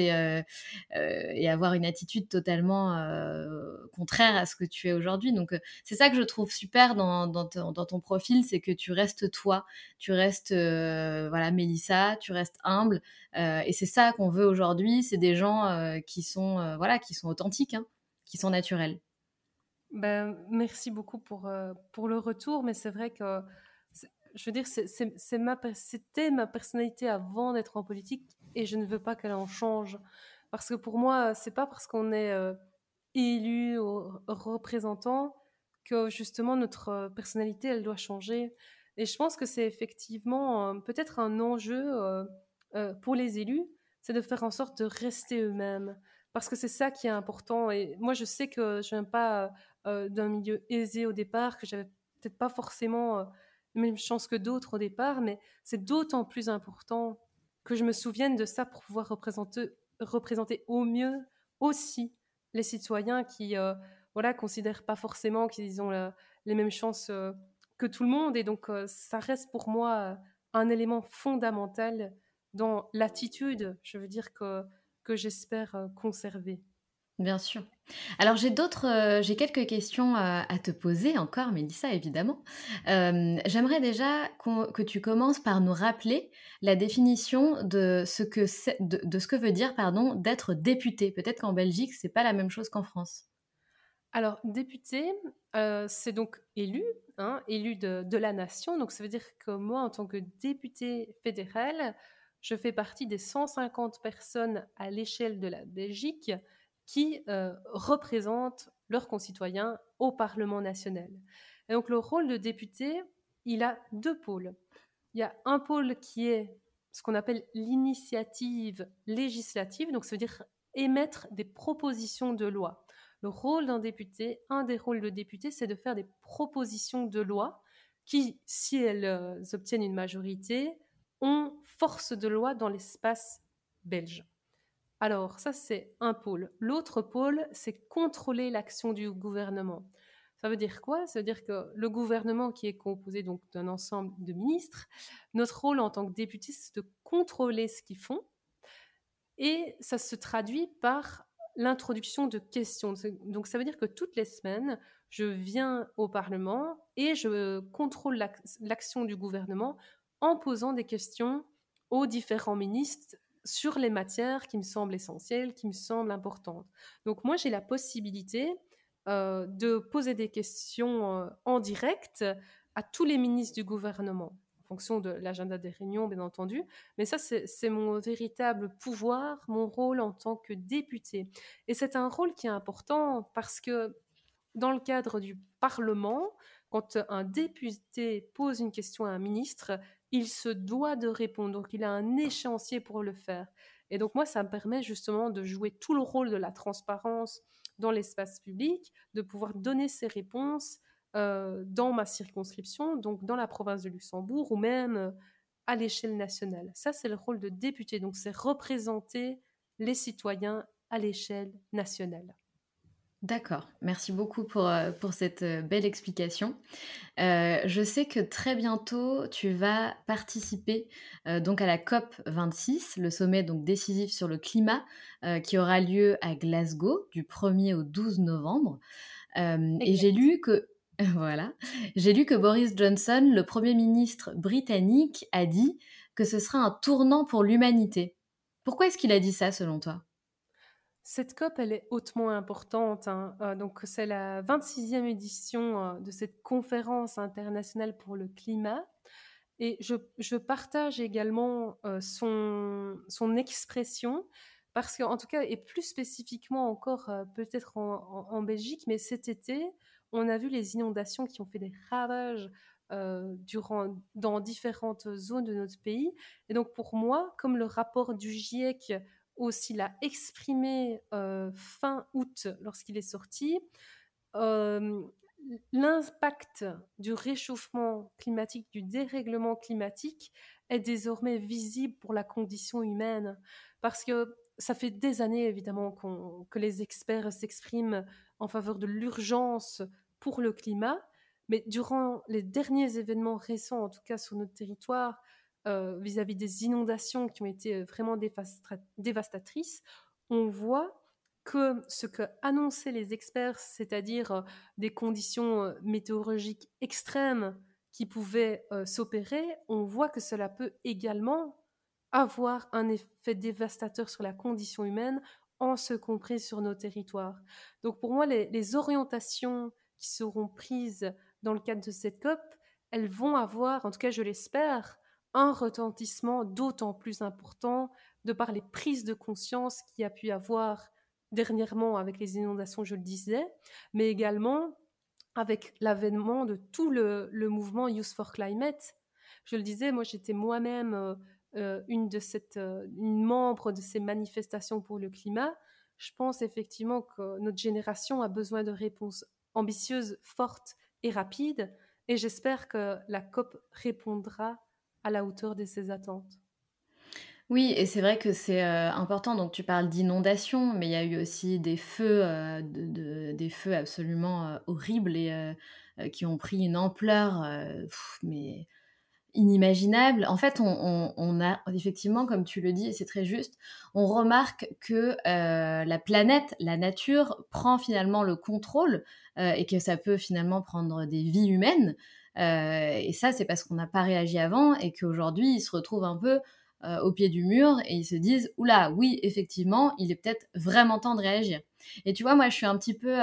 et avoir une attitude totalement contraire à ce que tu es aujourd'hui. Donc, c'est ça que je trouve super dans ton profil, c'est que tu restes toi, tu restes, voilà, Mélissa, tu restes humble. Et c'est ça qu'on veut aujourd'hui, c'est des gens qui sont, voilà, qui sont authentiques, hein, qui sont naturels. Ben, merci beaucoup pour le retour, mais c'est vrai que, je veux dire, c'était ma personnalité avant d'être en politique et je ne veux pas qu'elle en change. Parce que pour moi, c'est pas parce qu'on est élu ou représentant que justement notre personnalité, elle doit changer. Et je pense que c'est effectivement peut-être un enjeu pour les élus, c'est de faire en sorte de rester eux-mêmes. Parce que c'est ça qui est important. Et moi, je sais que je viens pas d'un milieu aisé au départ, que j'avais peut-être pas forcément les mêmes chances que d'autres au départ, mais c'est d'autant plus important que je me souvienne de ça pour pouvoir représenter au mieux aussi les citoyens qui voilà, considèrent pas forcément qu'ils ont les mêmes chances que tout le monde. Et donc, ça reste pour moi un élément fondamental dans l'attitude, je veux dire, que j'espère conserver. Bien sûr. Alors j'ai quelques questions, à te poser encore, Mélissa, évidemment. J'aimerais déjà que tu commences par nous rappeler la définition de ce que veut dire, pardon, d'être député. Peut-être qu'en Belgique, c'est pas la même chose qu'en France. Alors, député, c'est donc élu, hein, élu de la nation. Donc, ça veut dire que moi, en tant que député fédéral, je fais partie des 150 personnes à l'échelle de la Belgique qui représentent leurs concitoyens au Parlement national. Et donc, le rôle de député, il a deux pôles. Il y a un pôle qui est ce qu'on appelle l'initiative législative. Donc, ça veut dire émettre des propositions de loi. Le rôle d'un député, un des rôles de député, c'est de faire des propositions de loi qui, si elles obtiennent une majorité, ont force de loi dans l'espace belge. Alors, ça, c'est un pôle. L'autre pôle, c'est contrôler l'action du gouvernement. Ça veut dire quoi? Ça veut dire que le gouvernement, qui est composé donc d'un ensemble de ministres, notre rôle en tant que député, c'est de contrôler ce qu'ils font, et ça se traduit par l'introduction de questions. Donc ça veut dire que toutes les semaines, je viens au Parlement et je contrôle l'action du gouvernement en posant des questions aux différents ministres sur les matières qui me semblent essentielles, qui me semblent importantes. Donc moi, j'ai la possibilité de poser des questions en direct à tous les ministres du gouvernement, en fonction de l'agenda des réunions, bien entendu. Mais ça, c'est mon véritable pouvoir, mon rôle en tant que député. Et c'est un rôle qui est important parce que dans le cadre du Parlement, quand un député pose une question à un ministre, il se doit de répondre. Donc, il a un échéancier pour le faire. Et donc moi, ça me permet justement de jouer tout le rôle de la transparence dans l'espace public, de pouvoir donner ces réponses dans ma circonscription, donc dans la province de Luxembourg ou même à l'échelle nationale. Ça, c'est le rôle de député, donc c'est représenter les citoyens à l'échelle nationale. D'accord, merci beaucoup pour cette, belle explication. Je sais que très bientôt, tu vas participer, donc à la COP 26, le sommet donc décisif sur le climat, qui aura lieu à Glasgow du 1er au 12 novembre. Et j'ai Exact. lu que voilà, j'ai lu que Boris Johnson, le Premier ministre britannique, a dit que ce sera un tournant pour l'humanité. Pourquoi est-ce qu'il a dit ça selon toi? Cette COP, elle est hautement importante, hein. Donc c'est la 26e édition de cette conférence internationale pour le climat. Et je partage également son expression, parce qu'en tout cas, et plus spécifiquement encore peut-être en Belgique, mais cet été, on a vu les inondations qui ont fait des ravages dans différentes zones de notre pays. Et donc pour moi, comme le rapport du GIEC aussi l'a exprimé fin août lorsqu'il est sorti, euh, l'impact du réchauffement climatique, du dérèglement climatique est désormais visible pour la condition humaine. Parce que ça fait des années, évidemment, que les experts s'expriment en faveur de l'urgence pour le climat. Mais durant les derniers événements récents, en tout cas sur notre territoire, vis-à-vis des inondations qui ont été vraiment dévastatrices, on voit que ce que annonçaient les experts, c'est-à-dire des conditions météorologiques extrêmes qui pouvaient s'opérer, on voit que cela peut également avoir un effet dévastateur sur la condition humaine, en ce compris sur nos territoires. Donc pour moi, les orientations qui seront prises dans le cadre de cette COP, elles vont avoir, en tout cas je l'espère, un retentissement d'autant plus important de par les prises de conscience qu'il y a pu avoir dernièrement avec les inondations, je le disais, mais également avec l'avènement de tout le mouvement Youth for Climate. Je le disais, moi j'étais moi-même une membre de ces manifestations pour le climat. Je pense effectivement que notre génération a besoin de réponses ambitieuses, fortes et rapides, et j'espère que la COP répondra à la hauteur de ces attentes. Oui, et c'est vrai que c'est, important. Donc tu parles d'inondations, mais il y a eu aussi des feux, des feux absolument, horribles et qui ont pris une ampleur, mais inimaginable. En fait, on a effectivement, comme tu le dis et c'est très juste, on remarque que, la planète, la nature prend finalement le contrôle, et que ça peut finalement prendre des vies humaines. Et ça, c'est parce qu'on n'a pas réagi avant et qu'aujourd'hui, ils se retrouvent un peu, au pied du mur et ils se disent: «Ouh là, oui, effectivement, il est peut-être vraiment temps de réagir». Et tu vois, moi, je suis un petit peu,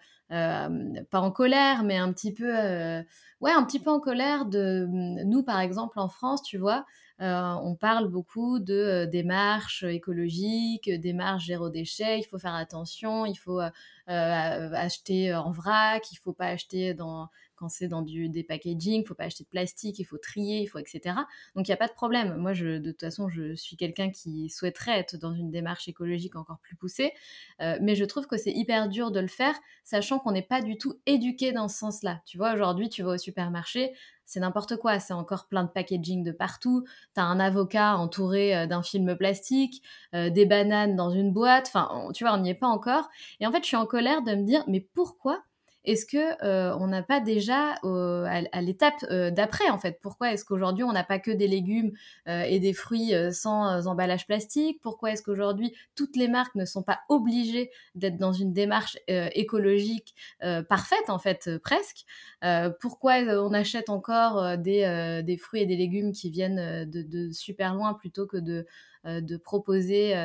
pas en colère, mais un petit peu, ouais, un petit peu en colère de nous, par exemple, en France, tu vois, on parle beaucoup de démarches écologiques, démarches zéro déchet, il faut faire attention, il faut acheter en vrac, il faut pas acheter quand c'est dans des packaging, il faut pas acheter de plastique, il faut trier, il faut etc. Donc il n'y a pas de problème. Moi, de toute façon, je suis quelqu'un qui souhaiterait être dans une démarche écologique encore plus poussée, mais je trouve que c'est hyper dur de le faire, sachant qu'on n'est pas du tout éduqué dans ce sens-là. Tu vois, aujourd'hui, tu vas au supermarché, c'est n'importe quoi, c'est encore plein de packaging de partout, t'as un avocat entouré d'un film plastique, des bananes dans une boîte, enfin, tu vois, on n'y est pas encore. Et en fait, je suis en colère de me dire, mais pourquoi est-ce que on n'a pas déjà à l'étape d'après en fait? Pourquoi est-ce qu'aujourd'hui on n'a pas que des légumes et des fruits sans emballage plastique? Pourquoi est-ce qu'aujourd'hui toutes les marques ne sont pas obligées d'être dans une démarche écologique parfaite en fait presque? Pourquoi on achète encore des fruits et des légumes qui viennent de super loin plutôt que de proposer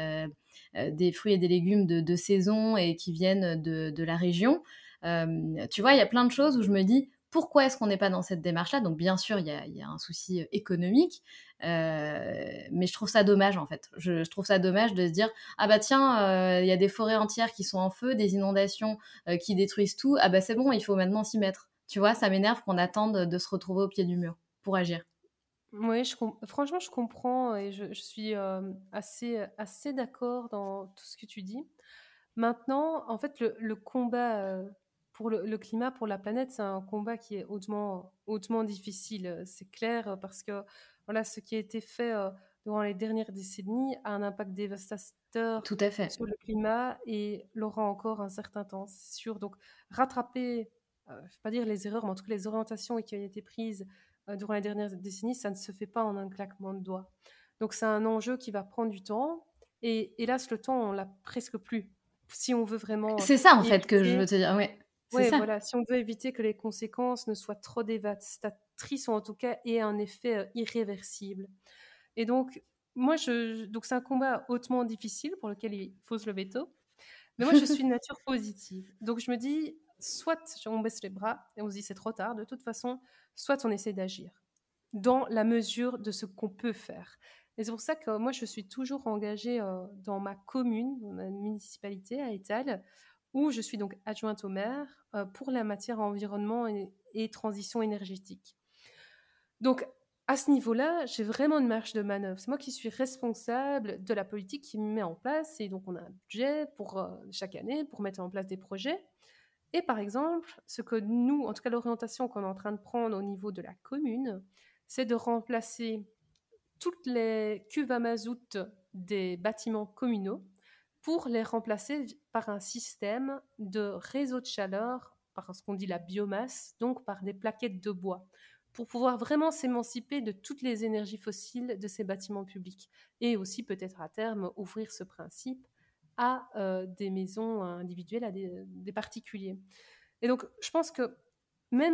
des fruits et des légumes de saison et qui viennent de la région? Tu vois, il y a plein de choses où je me dis pourquoi est-ce qu'on n'est pas dans cette démarche-là? Donc bien sûr, il y a un souci économique, mais je trouve ça dommage en fait. Je trouve ça dommage de se dire ah bah tiens, il y a des forêts entières qui sont en feu, des inondations qui détruisent tout. Ah bah c'est bon, il faut maintenant s'y mettre. Tu vois, ça m'énerve qu'on attende de se retrouver au pied du mur pour agir. Oui, franchement, je comprends et je suis assez d'accord dans tout ce que tu dis. Maintenant, en fait, le combat pour le climat, pour la planète, c'est un combat qui est hautement difficile. C'est clair, parce que voilà, ce qui a été fait durant les dernières décennies a un impact dévastateur Tout à fait. sur le climat et l'aura encore un certain temps, c'est sûr. Donc, rattraper, je ne vais pas dire les erreurs, mais en tout cas les orientations qui ont été prises durant les dernières décennies, ça ne se fait pas en un claquement de doigts. Donc c'est un enjeu qui va prendre du temps. Et hélas, le temps, on l'a presque plus. Si on veut vraiment C'est ça, en fait, que je éviter, veux te dire. Ouais, c'est ouais, ça. voilà, si on veut éviter que les conséquences ne soient trop dévastatrices ou en tout cas aient un effet irréversible. Et donc, donc c'est un combat hautement difficile pour lequel il faut se lever tôt. Mais moi, je suis de nature positive. Donc, je me dis, soit on baisse les bras et on se dit c'est trop tard de toute façon, soit on essaie d'agir dans la mesure de ce qu'on peut faire. Et c'est pour ça que moi, je suis toujours engagée dans ma commune, dans ma municipalité à Étal, où je suis donc adjointe au maire pour la matière environnement et transition énergétique. Donc, à ce niveau-là, j'ai vraiment une marge de manœuvre. C'est moi qui suis responsable de la politique qui met en place. Et donc, on a un budget pour chaque année pour mettre en place des projets. Et par exemple, ce que nous, en tout cas l'orientation qu'on est en train de prendre au niveau de la commune, c'est de remplacer toutes les cuves à mazout des bâtiments communaux pour les remplacer par un système de réseau de chaleur, par ce qu'on dit la biomasse, donc par des plaquettes de bois, pour pouvoir vraiment s'émanciper de toutes les énergies fossiles de ces bâtiments publics. Et aussi peut-être à terme ouvrir ce principe à des maisons individuelles, à des particuliers. Et donc, je pense que même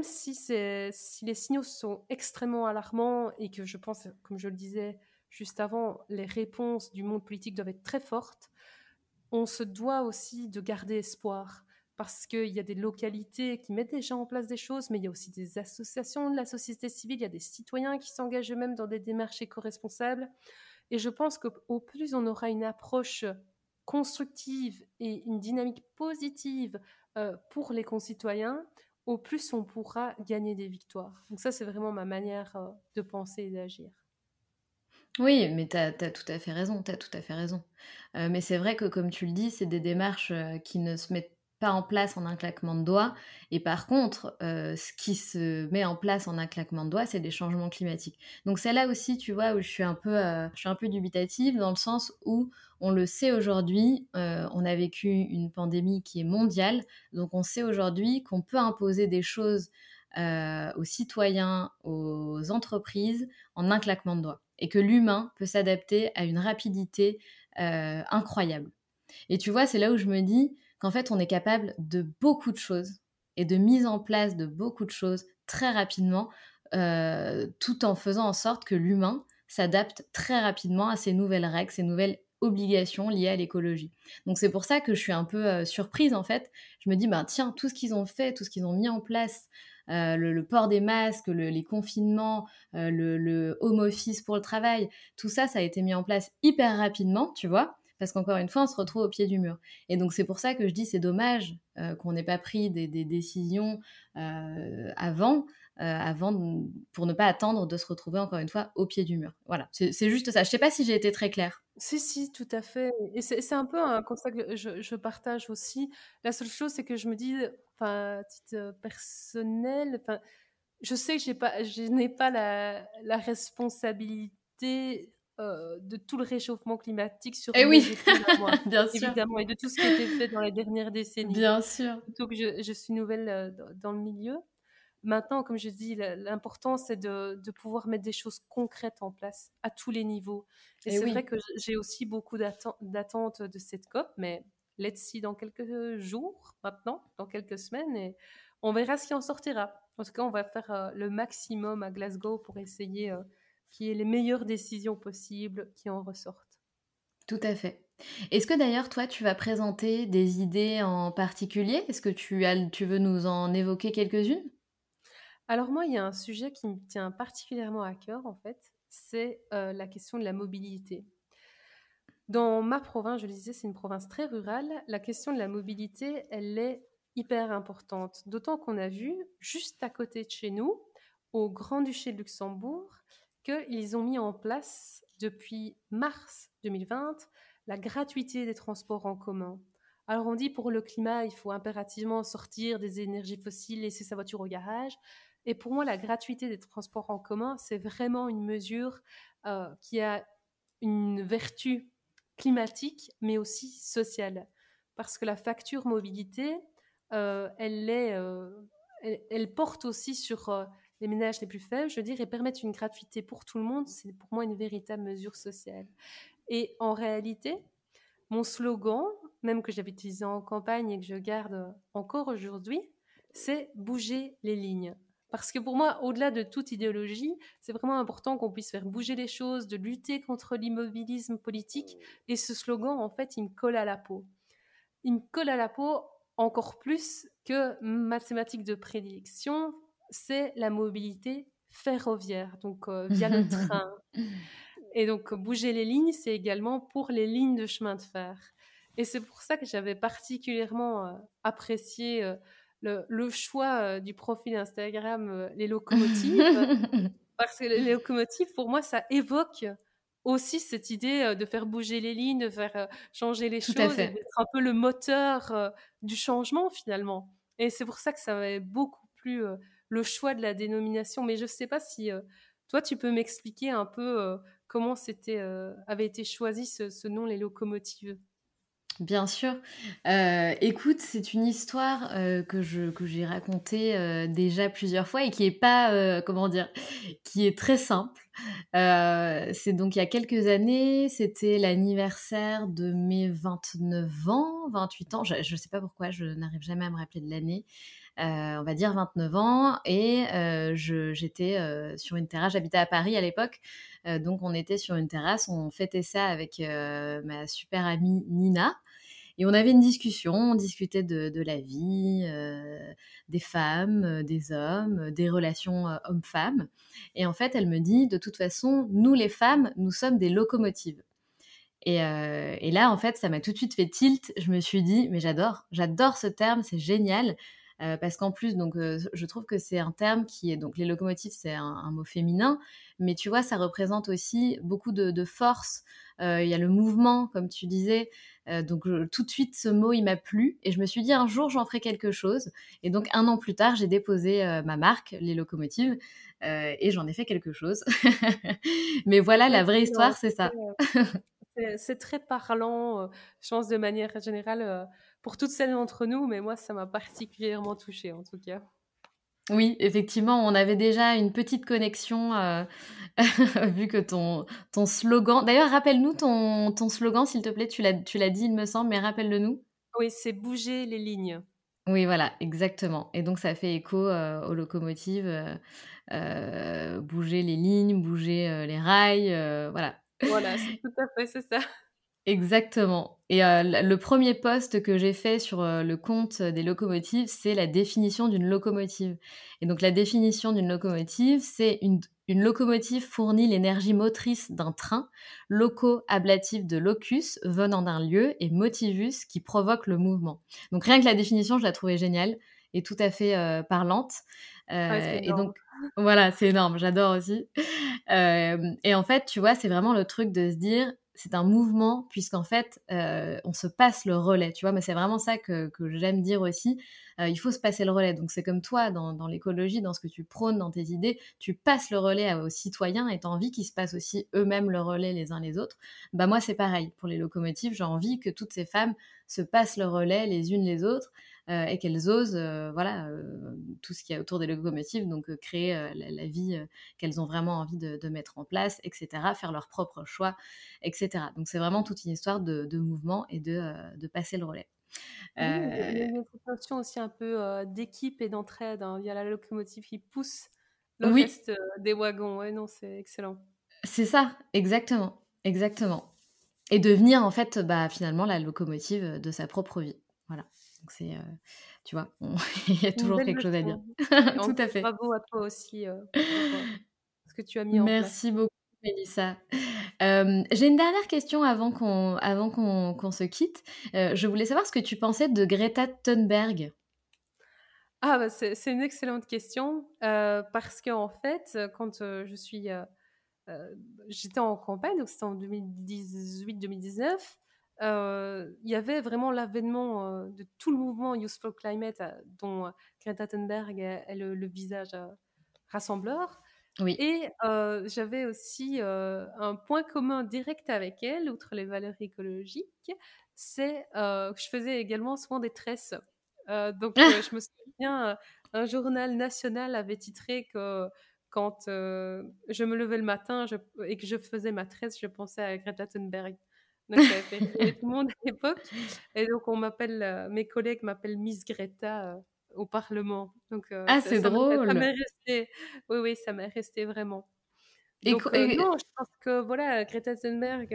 si les signaux sont extrêmement alarmants et que je pense, comme je le disais juste avant, les réponses du monde politique doivent être très fortes, on se doit aussi de garder espoir parce qu'il y a des localités qui mettent déjà en place des choses, mais il y a aussi des associations de la société civile, il y a des citoyens qui s'engagent eux-mêmes dans des démarches éco-responsables. Et je pense qu'au plus on aura une approche constructive et une dynamique positive pour les concitoyens, au plus on pourra gagner des victoires. Donc ça, c'est vraiment ma manière de penser et d'agir. Oui, mais t'as as tout à fait raison, t'as tout à fait raison. Mais c'est vrai que comme tu le dis, c'est des démarches, qui ne se mettent pas en place en un claquement de doigts et par contre, ce qui se met en place en un claquement de doigts, c'est des changements climatiques. Donc c'est là aussi, tu vois, où je suis un peu dubitative dans le sens où on le sait aujourd'hui, on a vécu une pandémie qui est mondiale, donc on sait aujourd'hui qu'on peut imposer des choses, aux citoyens, aux entreprises en un claquement de doigts et que l'humain peut s'adapter à une rapidité incroyable. Et tu vois, c'est là où je me dis qu'en fait, on est capable de beaucoup de choses et de mise en place de beaucoup de choses très rapidement, tout en faisant en sorte que l'humain s'adapte très rapidement à ces nouvelles règles, ces nouvelles obligations liées à l'écologie. Donc c'est pour ça que je suis un peu surprise en fait. Je me dis, ben tiens, tout ce qu'ils ont fait, tout ce qu'ils ont mis en place, le port des masques, les confinements, le home office pour le travail, tout ça, ça a été mis en place hyper rapidement, tu vois, parce qu'encore une fois, on se retrouve au pied du mur. Et donc, c'est pour ça que je dis c'est dommage qu'on n'ait pas pris des décisions pour ne pas attendre de se retrouver encore une fois au pied du mur. Voilà, c'est juste ça. Je sais pas si j'ai été très claire. Si, si, tout à fait. Et c'est un peu un constat que je partage aussi. La seule chose, c'est que je me dis, enfin, à titre personnel, enfin, je sais que je n'ai pas la responsabilité de tout le réchauffement climatique sur Eh mes oui, épaules à moi, bien sûr, évidemment, et de tout ce qui a été fait dans les dernières décennies. bien sûr. Plutôt que je suis nouvelle dans le milieu. Maintenant, comme je dis, l'important, c'est de pouvoir mettre des choses concrètes en place à tous les niveaux. Et Eh c'est vrai oui. que j'ai aussi beaucoup d'attentes de cette COP, mais let's see dans quelques jours, maintenant, dans quelques semaines, et on verra ce qui en sortira. En tout cas, on va faire le maximum à Glasgow pour essayer qu'il y ait les meilleures décisions possibles qui en ressortent. Tout à fait. Est-ce que d'ailleurs, toi, tu vas présenter des idées en particulier? Est-ce que tu veux nous en évoquer quelques-unes? Alors moi, il y a un sujet qui me tient particulièrement à cœur, en fait, c'est la question de la mobilité. Dans ma province, je le disais, c'est une province très rurale. La question de la mobilité, elle est hyper importante. D'autant qu'on a vu, juste à côté de chez nous, au Grand-Duché de Luxembourg, qu'ils ont mis en place depuis mars 2020 la gratuité des transports en commun. Alors on dit pour le climat, il faut impérativement sortir des énergies fossiles, laisser sa voiture au garage. Et pour moi, la gratuité des transports en commun, c'est vraiment une mesure qui a une vertu climatique, mais aussi sociale. Parce que la facture mobilité, elle porte aussi sur les ménages les plus faibles, je veux dire, et permettre une gratuité pour tout le monde, c'est pour moi une véritable mesure sociale. Et en réalité, mon slogan, même que j'avais utilisé en campagne et que je garde encore aujourd'hui, c'est bouger les lignes. Parce que pour moi, au-delà de toute idéologie, c'est vraiment important qu'on puisse faire bouger les choses, de lutter contre l'immobilisme politique. Et ce slogan, en fait, il me colle à la peau. Il me colle à la peau encore plus que mathématiques de prédilection, c'est la mobilité ferroviaire, donc via le train. Et donc, bouger les lignes, c'est également pour les lignes de chemin de fer. Et c'est pour ça que j'avais particulièrement apprécié le choix du profil Instagram, les locomotives, parce que les locomotives, pour moi, ça évoque aussi cette idée de faire bouger les lignes, de faire changer les Tout à choses et fait. d'être un peu le moteur du changement finalement. Et c'est pour ça que ça m'avait beaucoup plu le choix de la dénomination. Mais je ne sais pas si toi, tu peux m'expliquer un peu comment avait été choisi ce nom, les locomotives. Bien sûr. Écoute, c'est une histoire, que j'ai racontée, déjà plusieurs fois et qui est pas, comment dire? Qui est très simple. C'est donc il y a quelques années, c'était l'anniversaire de mes 29 ans, 28 ans, je sais pas pourquoi, je n'arrive jamais à me rappeler de l'année. On va dire 29 ans et j'étais, sur une terrasse. J'habitais à Paris à l'époque, donc on était sur une terrasse, on fêtait ça avec, ma super amie Nina et on avait une discussion, on discutait de la vie, des femmes, des hommes, des relations, hommes-femmes et en fait, elle me dit: «De toute façon, nous les femmes, nous sommes des locomotives». Et là, en fait, ça m'a tout de suite fait tilt. Je me suis dit: «Mais j'adore ce terme, c'est génial», parce qu'en plus donc je trouve que c'est un terme qui est donc les locomotives, c'est un mot féminin, mais tu vois, ça représente aussi beaucoup de force. Il y a le mouvement, comme tu disais, donc tout de suite, ce mot, il m'a plu et je me suis dit: «Un jour, j'en ferai quelque chose» et donc 1 an plus tard, j'ai déposé, ma marque, les locomotives, et j'en ai fait quelque chose. Mais voilà, la vraie Excellent. histoire, c'est ça. C'est très parlant, je pense de manière générale, pour toutes celles d'entre nous, mais moi, ça m'a particulièrement touchée, en tout cas. Oui, effectivement, on avait déjà une petite connexion, vu que ton slogan d'ailleurs, rappelle-nous ton slogan, s'il te plaît, tu l'as dit, il me semble, mais rappelle-le nous. Oui, c'est bouger les lignes. Oui, voilà, exactement et donc ça fait écho, aux locomotives, bouger les lignes, bouger, les rails, voilà. Voilà, c'est tout à fait, c'est ça. Exactement et le 1er post que j'ai fait sur, le compte des locomotives, c'est la définition d'une locomotive et donc la définition d'une locomotive, c'est une locomotive fournit l'énergie motrice d'un train, loco ablatif de locus, venant d'un lieu et motivus qui provoque le mouvement. Donc rien que la définition, je la trouvais géniale et tout à fait, parlante, Ouais, c'est et énorme. donc voilà, c'est énorme, j'adore aussi. Hem Et en fait, tu vois, c'est vraiment le truc de se dire: «C'est un mouvement» puisqu'en fait, on se passe le relais, tu vois? Mais c'est vraiment ça que j'aime dire aussi, il faut se passer le relais. Donc c'est comme toi dans l'écologie, dans ce que tu prônes, dans tes idées, tu passes le relais aux citoyens et tu as envie qu'ils se passent aussi eux-mêmes le relais les uns les autres. Bah, moi, c'est pareil. Pour les locomotives, j'ai envie que toutes ces femmes se passent le relais les unes les autres, et qu'elles osent, voilà, tout ce qu'il y a autour des locomotives, donc créer, la vie, qu'elles ont vraiment envie de mettre en place et cetera, faire leurs propres choix et cetera. Donc c'est vraiment toute une histoire de mouvement et de passer le relais. Oui, il y a Heu, une notion aussi un peu, d'équipe et d'entraide, hein. Il y a la locomotive qui pousse le oui, reste, des wagons. Ouais, non, c'est excellent. c'est ça, exactement, exactement et devenir en fait, bah, finalement la locomotive, de sa propre vie. Voilà, donc c'est, tu vois? On il y a Une toujours belle quelque chose à dire. leçon et Tout à encore fait. bravo à toi aussi, pour, ce que tu as mis en place. Merci beaucoup Mélissa. J'ai une dernière question avant qu'on se quitte. Je voulais savoir ce que tu pensais de Greta Thunberg? Ah bah, c'est une excellente question, parce qu'en fait, quand, je suis, j'étais en campagne, donc c'était en 2018-2019. Il y avait vraiment l'avènement de tout le mouvement Youth for Climate, dont Greta Thunberg est le visage rassembleur. Oui. Et j'avais aussi un point commun direct avec elle, outre les valeurs écologiques, c'est que je faisais également souvent des tresses. Donc je me souviens, un journal national avait titré que quand je me levais le matin et que je faisais ma tresse, je pensais à Greta Thunberg. Donc ça avait fait rire tout le monde à l'époque. Et donc mes collègues m'appellent Miss Greta au Parlement. Donc Ah, ça, c'est ça drôle. m'est resté. Oui, oui, ça m'est resté vraiment. Et, Donc non, je pense que voilà, Greta Thunberg,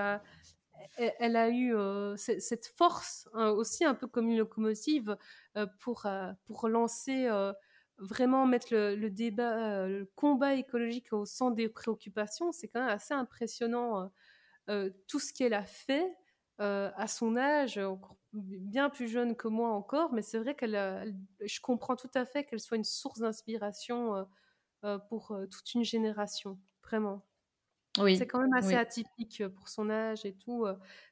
elle a eu cette force, hein, aussi un peu comme une locomotive, pour lancer, vraiment mettre le débat, le combat écologique au centre des préoccupations. C'est quand même assez impressionnant, tout ce qu'elle a fait à son âge, encore bien plus jeune que moi encore, mais c'est vrai je comprends tout à fait qu'elle soit une source d'inspiration pour toute une génération, vraiment. C'est oui, quand même assez oui. atypique pour son âge et tout.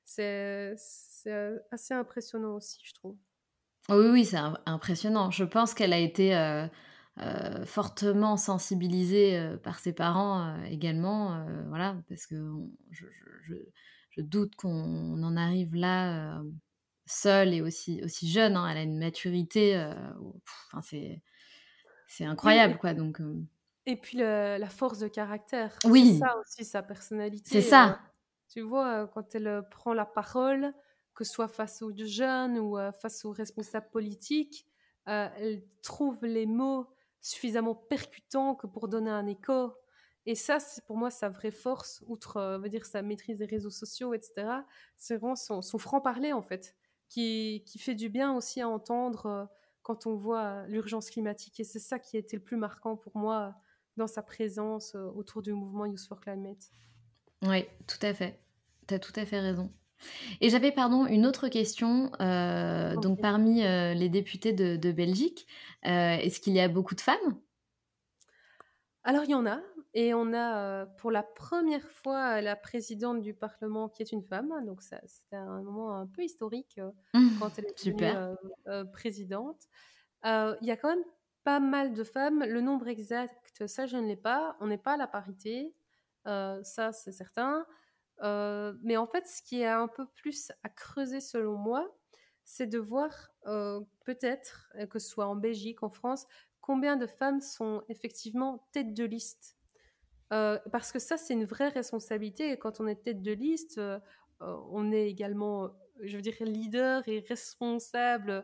C'est assez impressionnant aussi, je trouve. Oui, oui, c'est impressionnant. Je pense qu'elle a été, fortement sensibilisée, par ses parents, également, voilà, parce que je doute qu'on en arrive là, seule et aussi jeune, hein. Elle a une maturité, enfin, c'est Oui, incroyable, quoi, donc et puis la force de caractère, c'est ça oui, aussi sa c'est personnalité. ça. Tu vois, quand elle prend la parole, que ce soit face aux jeunes ou face aux responsables politiques, elle trouve les mots suffisamment percutants que pour donner un écho. Et ça, c'est pour moi sa vraie force, outre veut dire sa maîtrise des réseaux sociaux, etc. C'est vraiment son franc-parler, en fait, qui fait du bien aussi à entendre quand on voit l'urgence climatique. Et c'est ça qui a été le plus marquant pour moi dans sa présence autour du mouvement Youth for Climate. Oui, tout à fait. Tu as tout à fait raison. Et j'avais, pardon, une autre question, donc Ok. parmi, les députés de Belgique, est-ce qu'il y a beaucoup de femmes? Alors il y en a, et on a pour la première fois la présidente du Parlement qui est une femme, donc ça c'était un moment un peu historique quand elle est devenue Super. présidente. Il y a quand même pas mal de femmes, le nombre exact, ça je ne l'ai pas, on n'est pas à la parité, ça c'est certain. Mais en fait, ce qui est un peu plus à creuser selon moi, c'est de voir peut-être, que ce soit en Belgique, en France, combien de femmes sont effectivement tête de liste. Parce que ça, c'est une vraie responsabilité. Et quand on est tête de liste, on est également, je veux dire, leader et responsable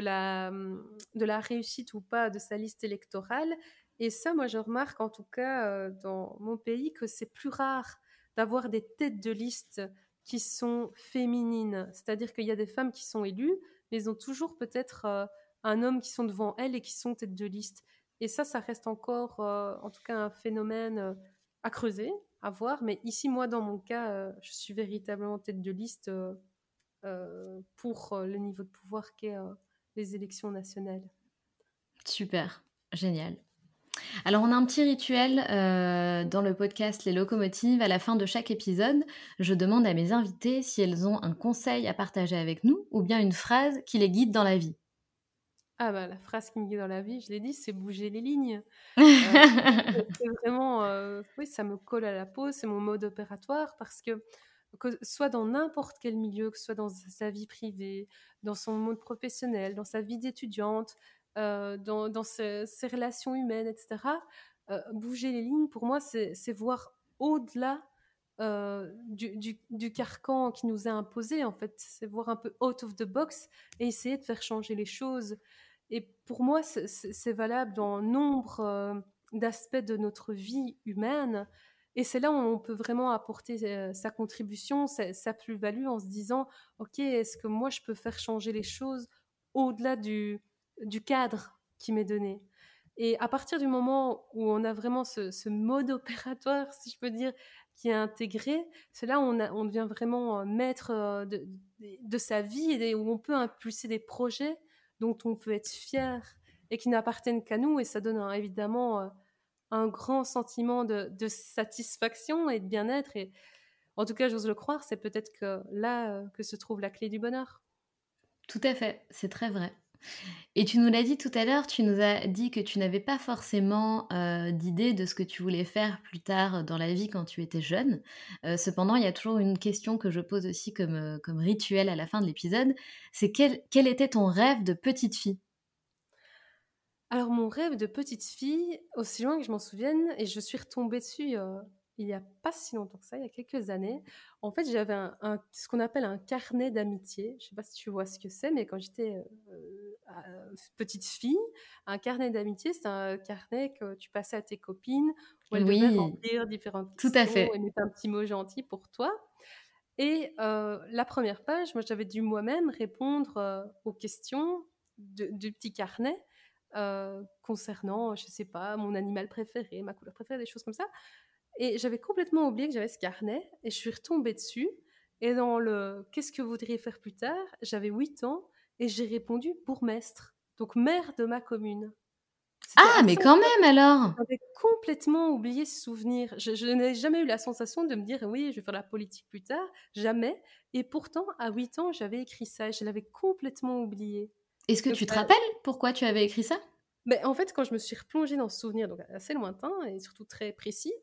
de la réussite ou pas de sa liste électorale. Et ça, moi, je remarque en tout cas dans mon pays que c'est plus rare d'avoir des têtes de liste qui sont féminines. C'est-à-dire qu'il y a des femmes qui sont élues, mais ils ont toujours peut-être un homme qui sont devant elles et qui sont tête de liste. Et ça reste encore, en tout cas, un phénomène à creuser, à voir. Mais ici, moi, dans mon cas, je suis véritablement tête de liste pour le niveau de pouvoir qu'est les élections nationales. Super, génial. Alors on a un petit rituel, dans le podcast Les Locomotives. À la fin de chaque épisode, je demande à mes invités si elles ont un conseil à partager avec nous ou bien une phrase qui les guide dans la vie. Ah bah, la phrase qui me guide dans la vie, je l'ai dit, c'est bouger les lignes. Euh, c'est vraiment, oui, ça me colle à la peau, c'est mon mode opératoire parce que soit dans n'importe quel milieu, que ce soit dans sa vie privée, dans son monde professionnel, dans sa vie d'étudiante, dans ses relations humaines, etc., bouger les lignes, pour moi, c'est voir au-delà du carcan qui nous est imposé, en fait. C'est voir un peu out of the box et essayer de faire changer les choses. Et pour moi, c'est valable dans nombre d'aspects de notre vie humaine. Et c'est là où on peut vraiment apporter sa contribution, sa plus-value en se disant, OK, est-ce que moi, je peux faire changer les choses au-delà du cadre qui m'est donné. Et à partir du moment où on a vraiment ce mode opératoire, si je peux dire, qui est intégré, c'est là où on devient vraiment maître de sa vie et où on peut impulser des projets dont on peut être fier et qui n'appartiennent qu'à nous. Et ça donne évidemment un grand sentiment de satisfaction et de bien-être. Et en tout cas, j'ose le croire, c'est peut-être que là que se trouve la clé du bonheur. Tout à fait, c'est très vrai. Et tu nous l'as dit tout à l'heure, tu nous as dit que tu n'avais pas forcément, d'idée de ce que tu voulais faire plus tard dans la vie quand tu étais jeune. Cependant, il y a toujours une question que je pose aussi comme rituel à la fin de l'épisode, c'est quel était ton rêve de petite fille? Alors mon rêve de petite fille, aussi loin que je m'en souvienne, et je suis retombée dessus, il y a pas si longtemps que ça, il y a quelques années. En fait, j'avais ce qu'on appelle un carnet d'amitié. Je sais pas si tu vois ce que c'est, mais quand j'étais, petite fille, un carnet d'amitié, c'est un carnet que tu passais à tes copines, où elles devaient Oui, remplir différentes tout à questions et fait. mettre un petit mot gentil pour toi. Et la première page, moi, j'avais dû moi-même répondre, aux questions du petit carnet, concernant, je sais pas, mon animal préféré, ma couleur préférée, des choses comme ça. Et j'avais complètement oublié que j'avais ce carnet et je suis retombée dessus. Et dans le «Qu'est-ce que vous voudriez faire plus tard?», j'avais 8 ans et j'ai répondu bourgmestre, donc maire de ma commune. C'était Ah, mais assez quand même alors! J'avais complètement oublié ce souvenir. Je n'ai jamais eu la sensation de me dire: «Oui, je vais faire de la politique plus tard», jamais. Et pourtant, à 8 ans, j'avais écrit ça et je l'avais complètement oublié. Est-ce que Donc tu te ça rappelles pourquoi tu avais écrit ça? En fait, quand je me suis replongée dans ce souvenir, donc assez lointain et surtout très précis,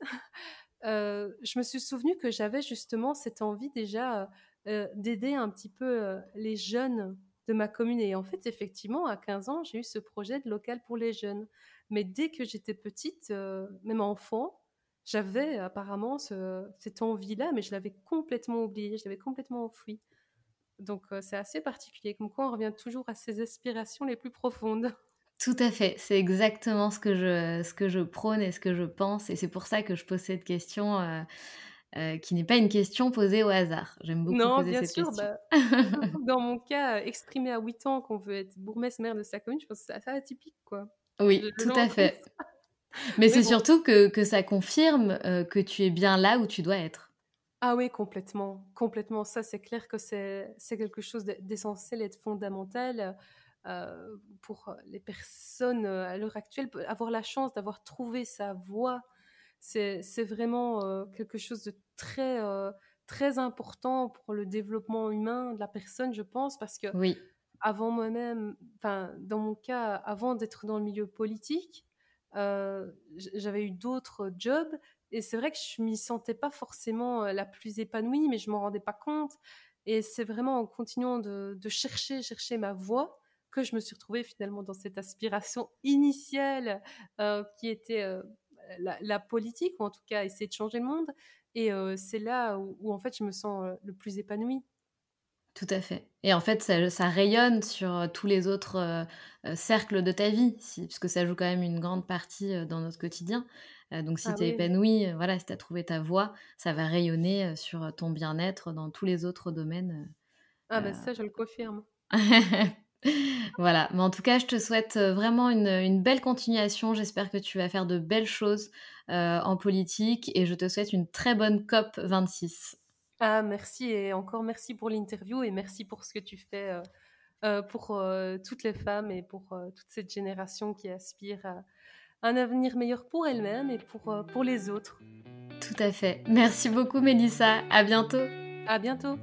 je me suis souvenue que j'avais justement cette envie déjà, d'aider un petit peu, les jeunes de ma commune. Et en fait, effectivement, à 15 ans, j'ai eu ce projet de local pour les jeunes. Mais dès que j'étais petite, même enfant, j'avais apparemment cette envie-là, mais je l'avais complètement oubliée, je l'avais complètement enfouie. Donc c'est assez particulier, comme quoi on revient toujours à ses aspirations les plus profondes. Tout à fait, c'est exactement ce que je prône et ce que je pense et c'est pour ça que je pose cette question, qui n'est pas une question posée au hasard. J'aime beaucoup Non, poser bien cette sûr, question. surtout que dans mon cas, exprimer à 8 ans qu'on veut être bourgmestre, maire de sa commune, je pense que c'est assez atypique, quoi. Oui, Le tout genre à de truc. fait. Mais Mais c'est bon. surtout que ça confirme, que tu es bien là où tu dois être. Ah oui, complètement, complètement. Ça, c'est clair que c'est quelque chose d'essentiel et de fondamental, pour les personnes, à l'heure actuelle. Avoir la chance d'avoir trouvé sa voie, c'est vraiment, quelque chose de très, très important pour le développement humain de la personne, je pense. Parce que Oui, avant moi-même, enfin, dans mon cas, avant d'être dans le milieu politique, j'avais eu d'autres jobs et c'est vrai que je m'y sentais pas forcément, la plus épanouie, mais je m'en rendais pas compte. Et c'est vraiment en continuant de chercher ma voie que je me suis retrouvée finalement dans cette aspiration initiale, qui était, la politique, ou en tout cas essayer de changer le monde. Et c'est là où en fait je me sens, le plus épanouie. tout à fait et en fait, ça rayonne sur, tous les autres, cercles de ta vie, puisque ça joue quand même une grande partie, dans notre quotidien. Donc si Ah tu es oui. épanoui, voilà, si tu as trouvé ta voie, ça va rayonner, sur, ton bien-être dans tous les autres domaines, Ah ben ça, je le confirme. Voilà, mais en tout cas, je te souhaite, vraiment une belle continuation. J'espère que tu vas faire de belles choses, en politique et je te souhaite une très bonne COP 26. Ah merci, et encore merci pour l'interview et merci pour ce que tu fais, pour, toutes les femmes et pour, toute cette génération qui aspire à un avenir meilleur pour elle-même et pour les autres. Tout à fait. Merci beaucoup Mélissa, à bientôt. À bientôt.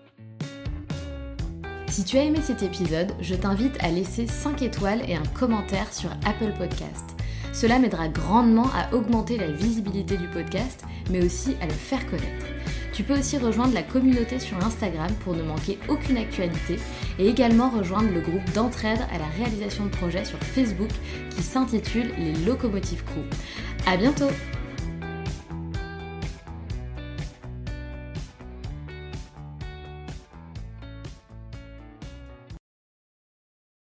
Si tu as aimé cet épisode, je t'invite à laisser 5 étoiles et un commentaire sur Apple Podcast. Cela m'aidera grandement à augmenter la visibilité du podcast, mais aussi à le faire connaître. Tu peux aussi rejoindre la communauté sur Instagram pour ne manquer aucune actualité et également rejoindre le groupe d'entraide à la réalisation de projets sur Facebook qui s'intitule Les Locomotives Crew. À bientôt!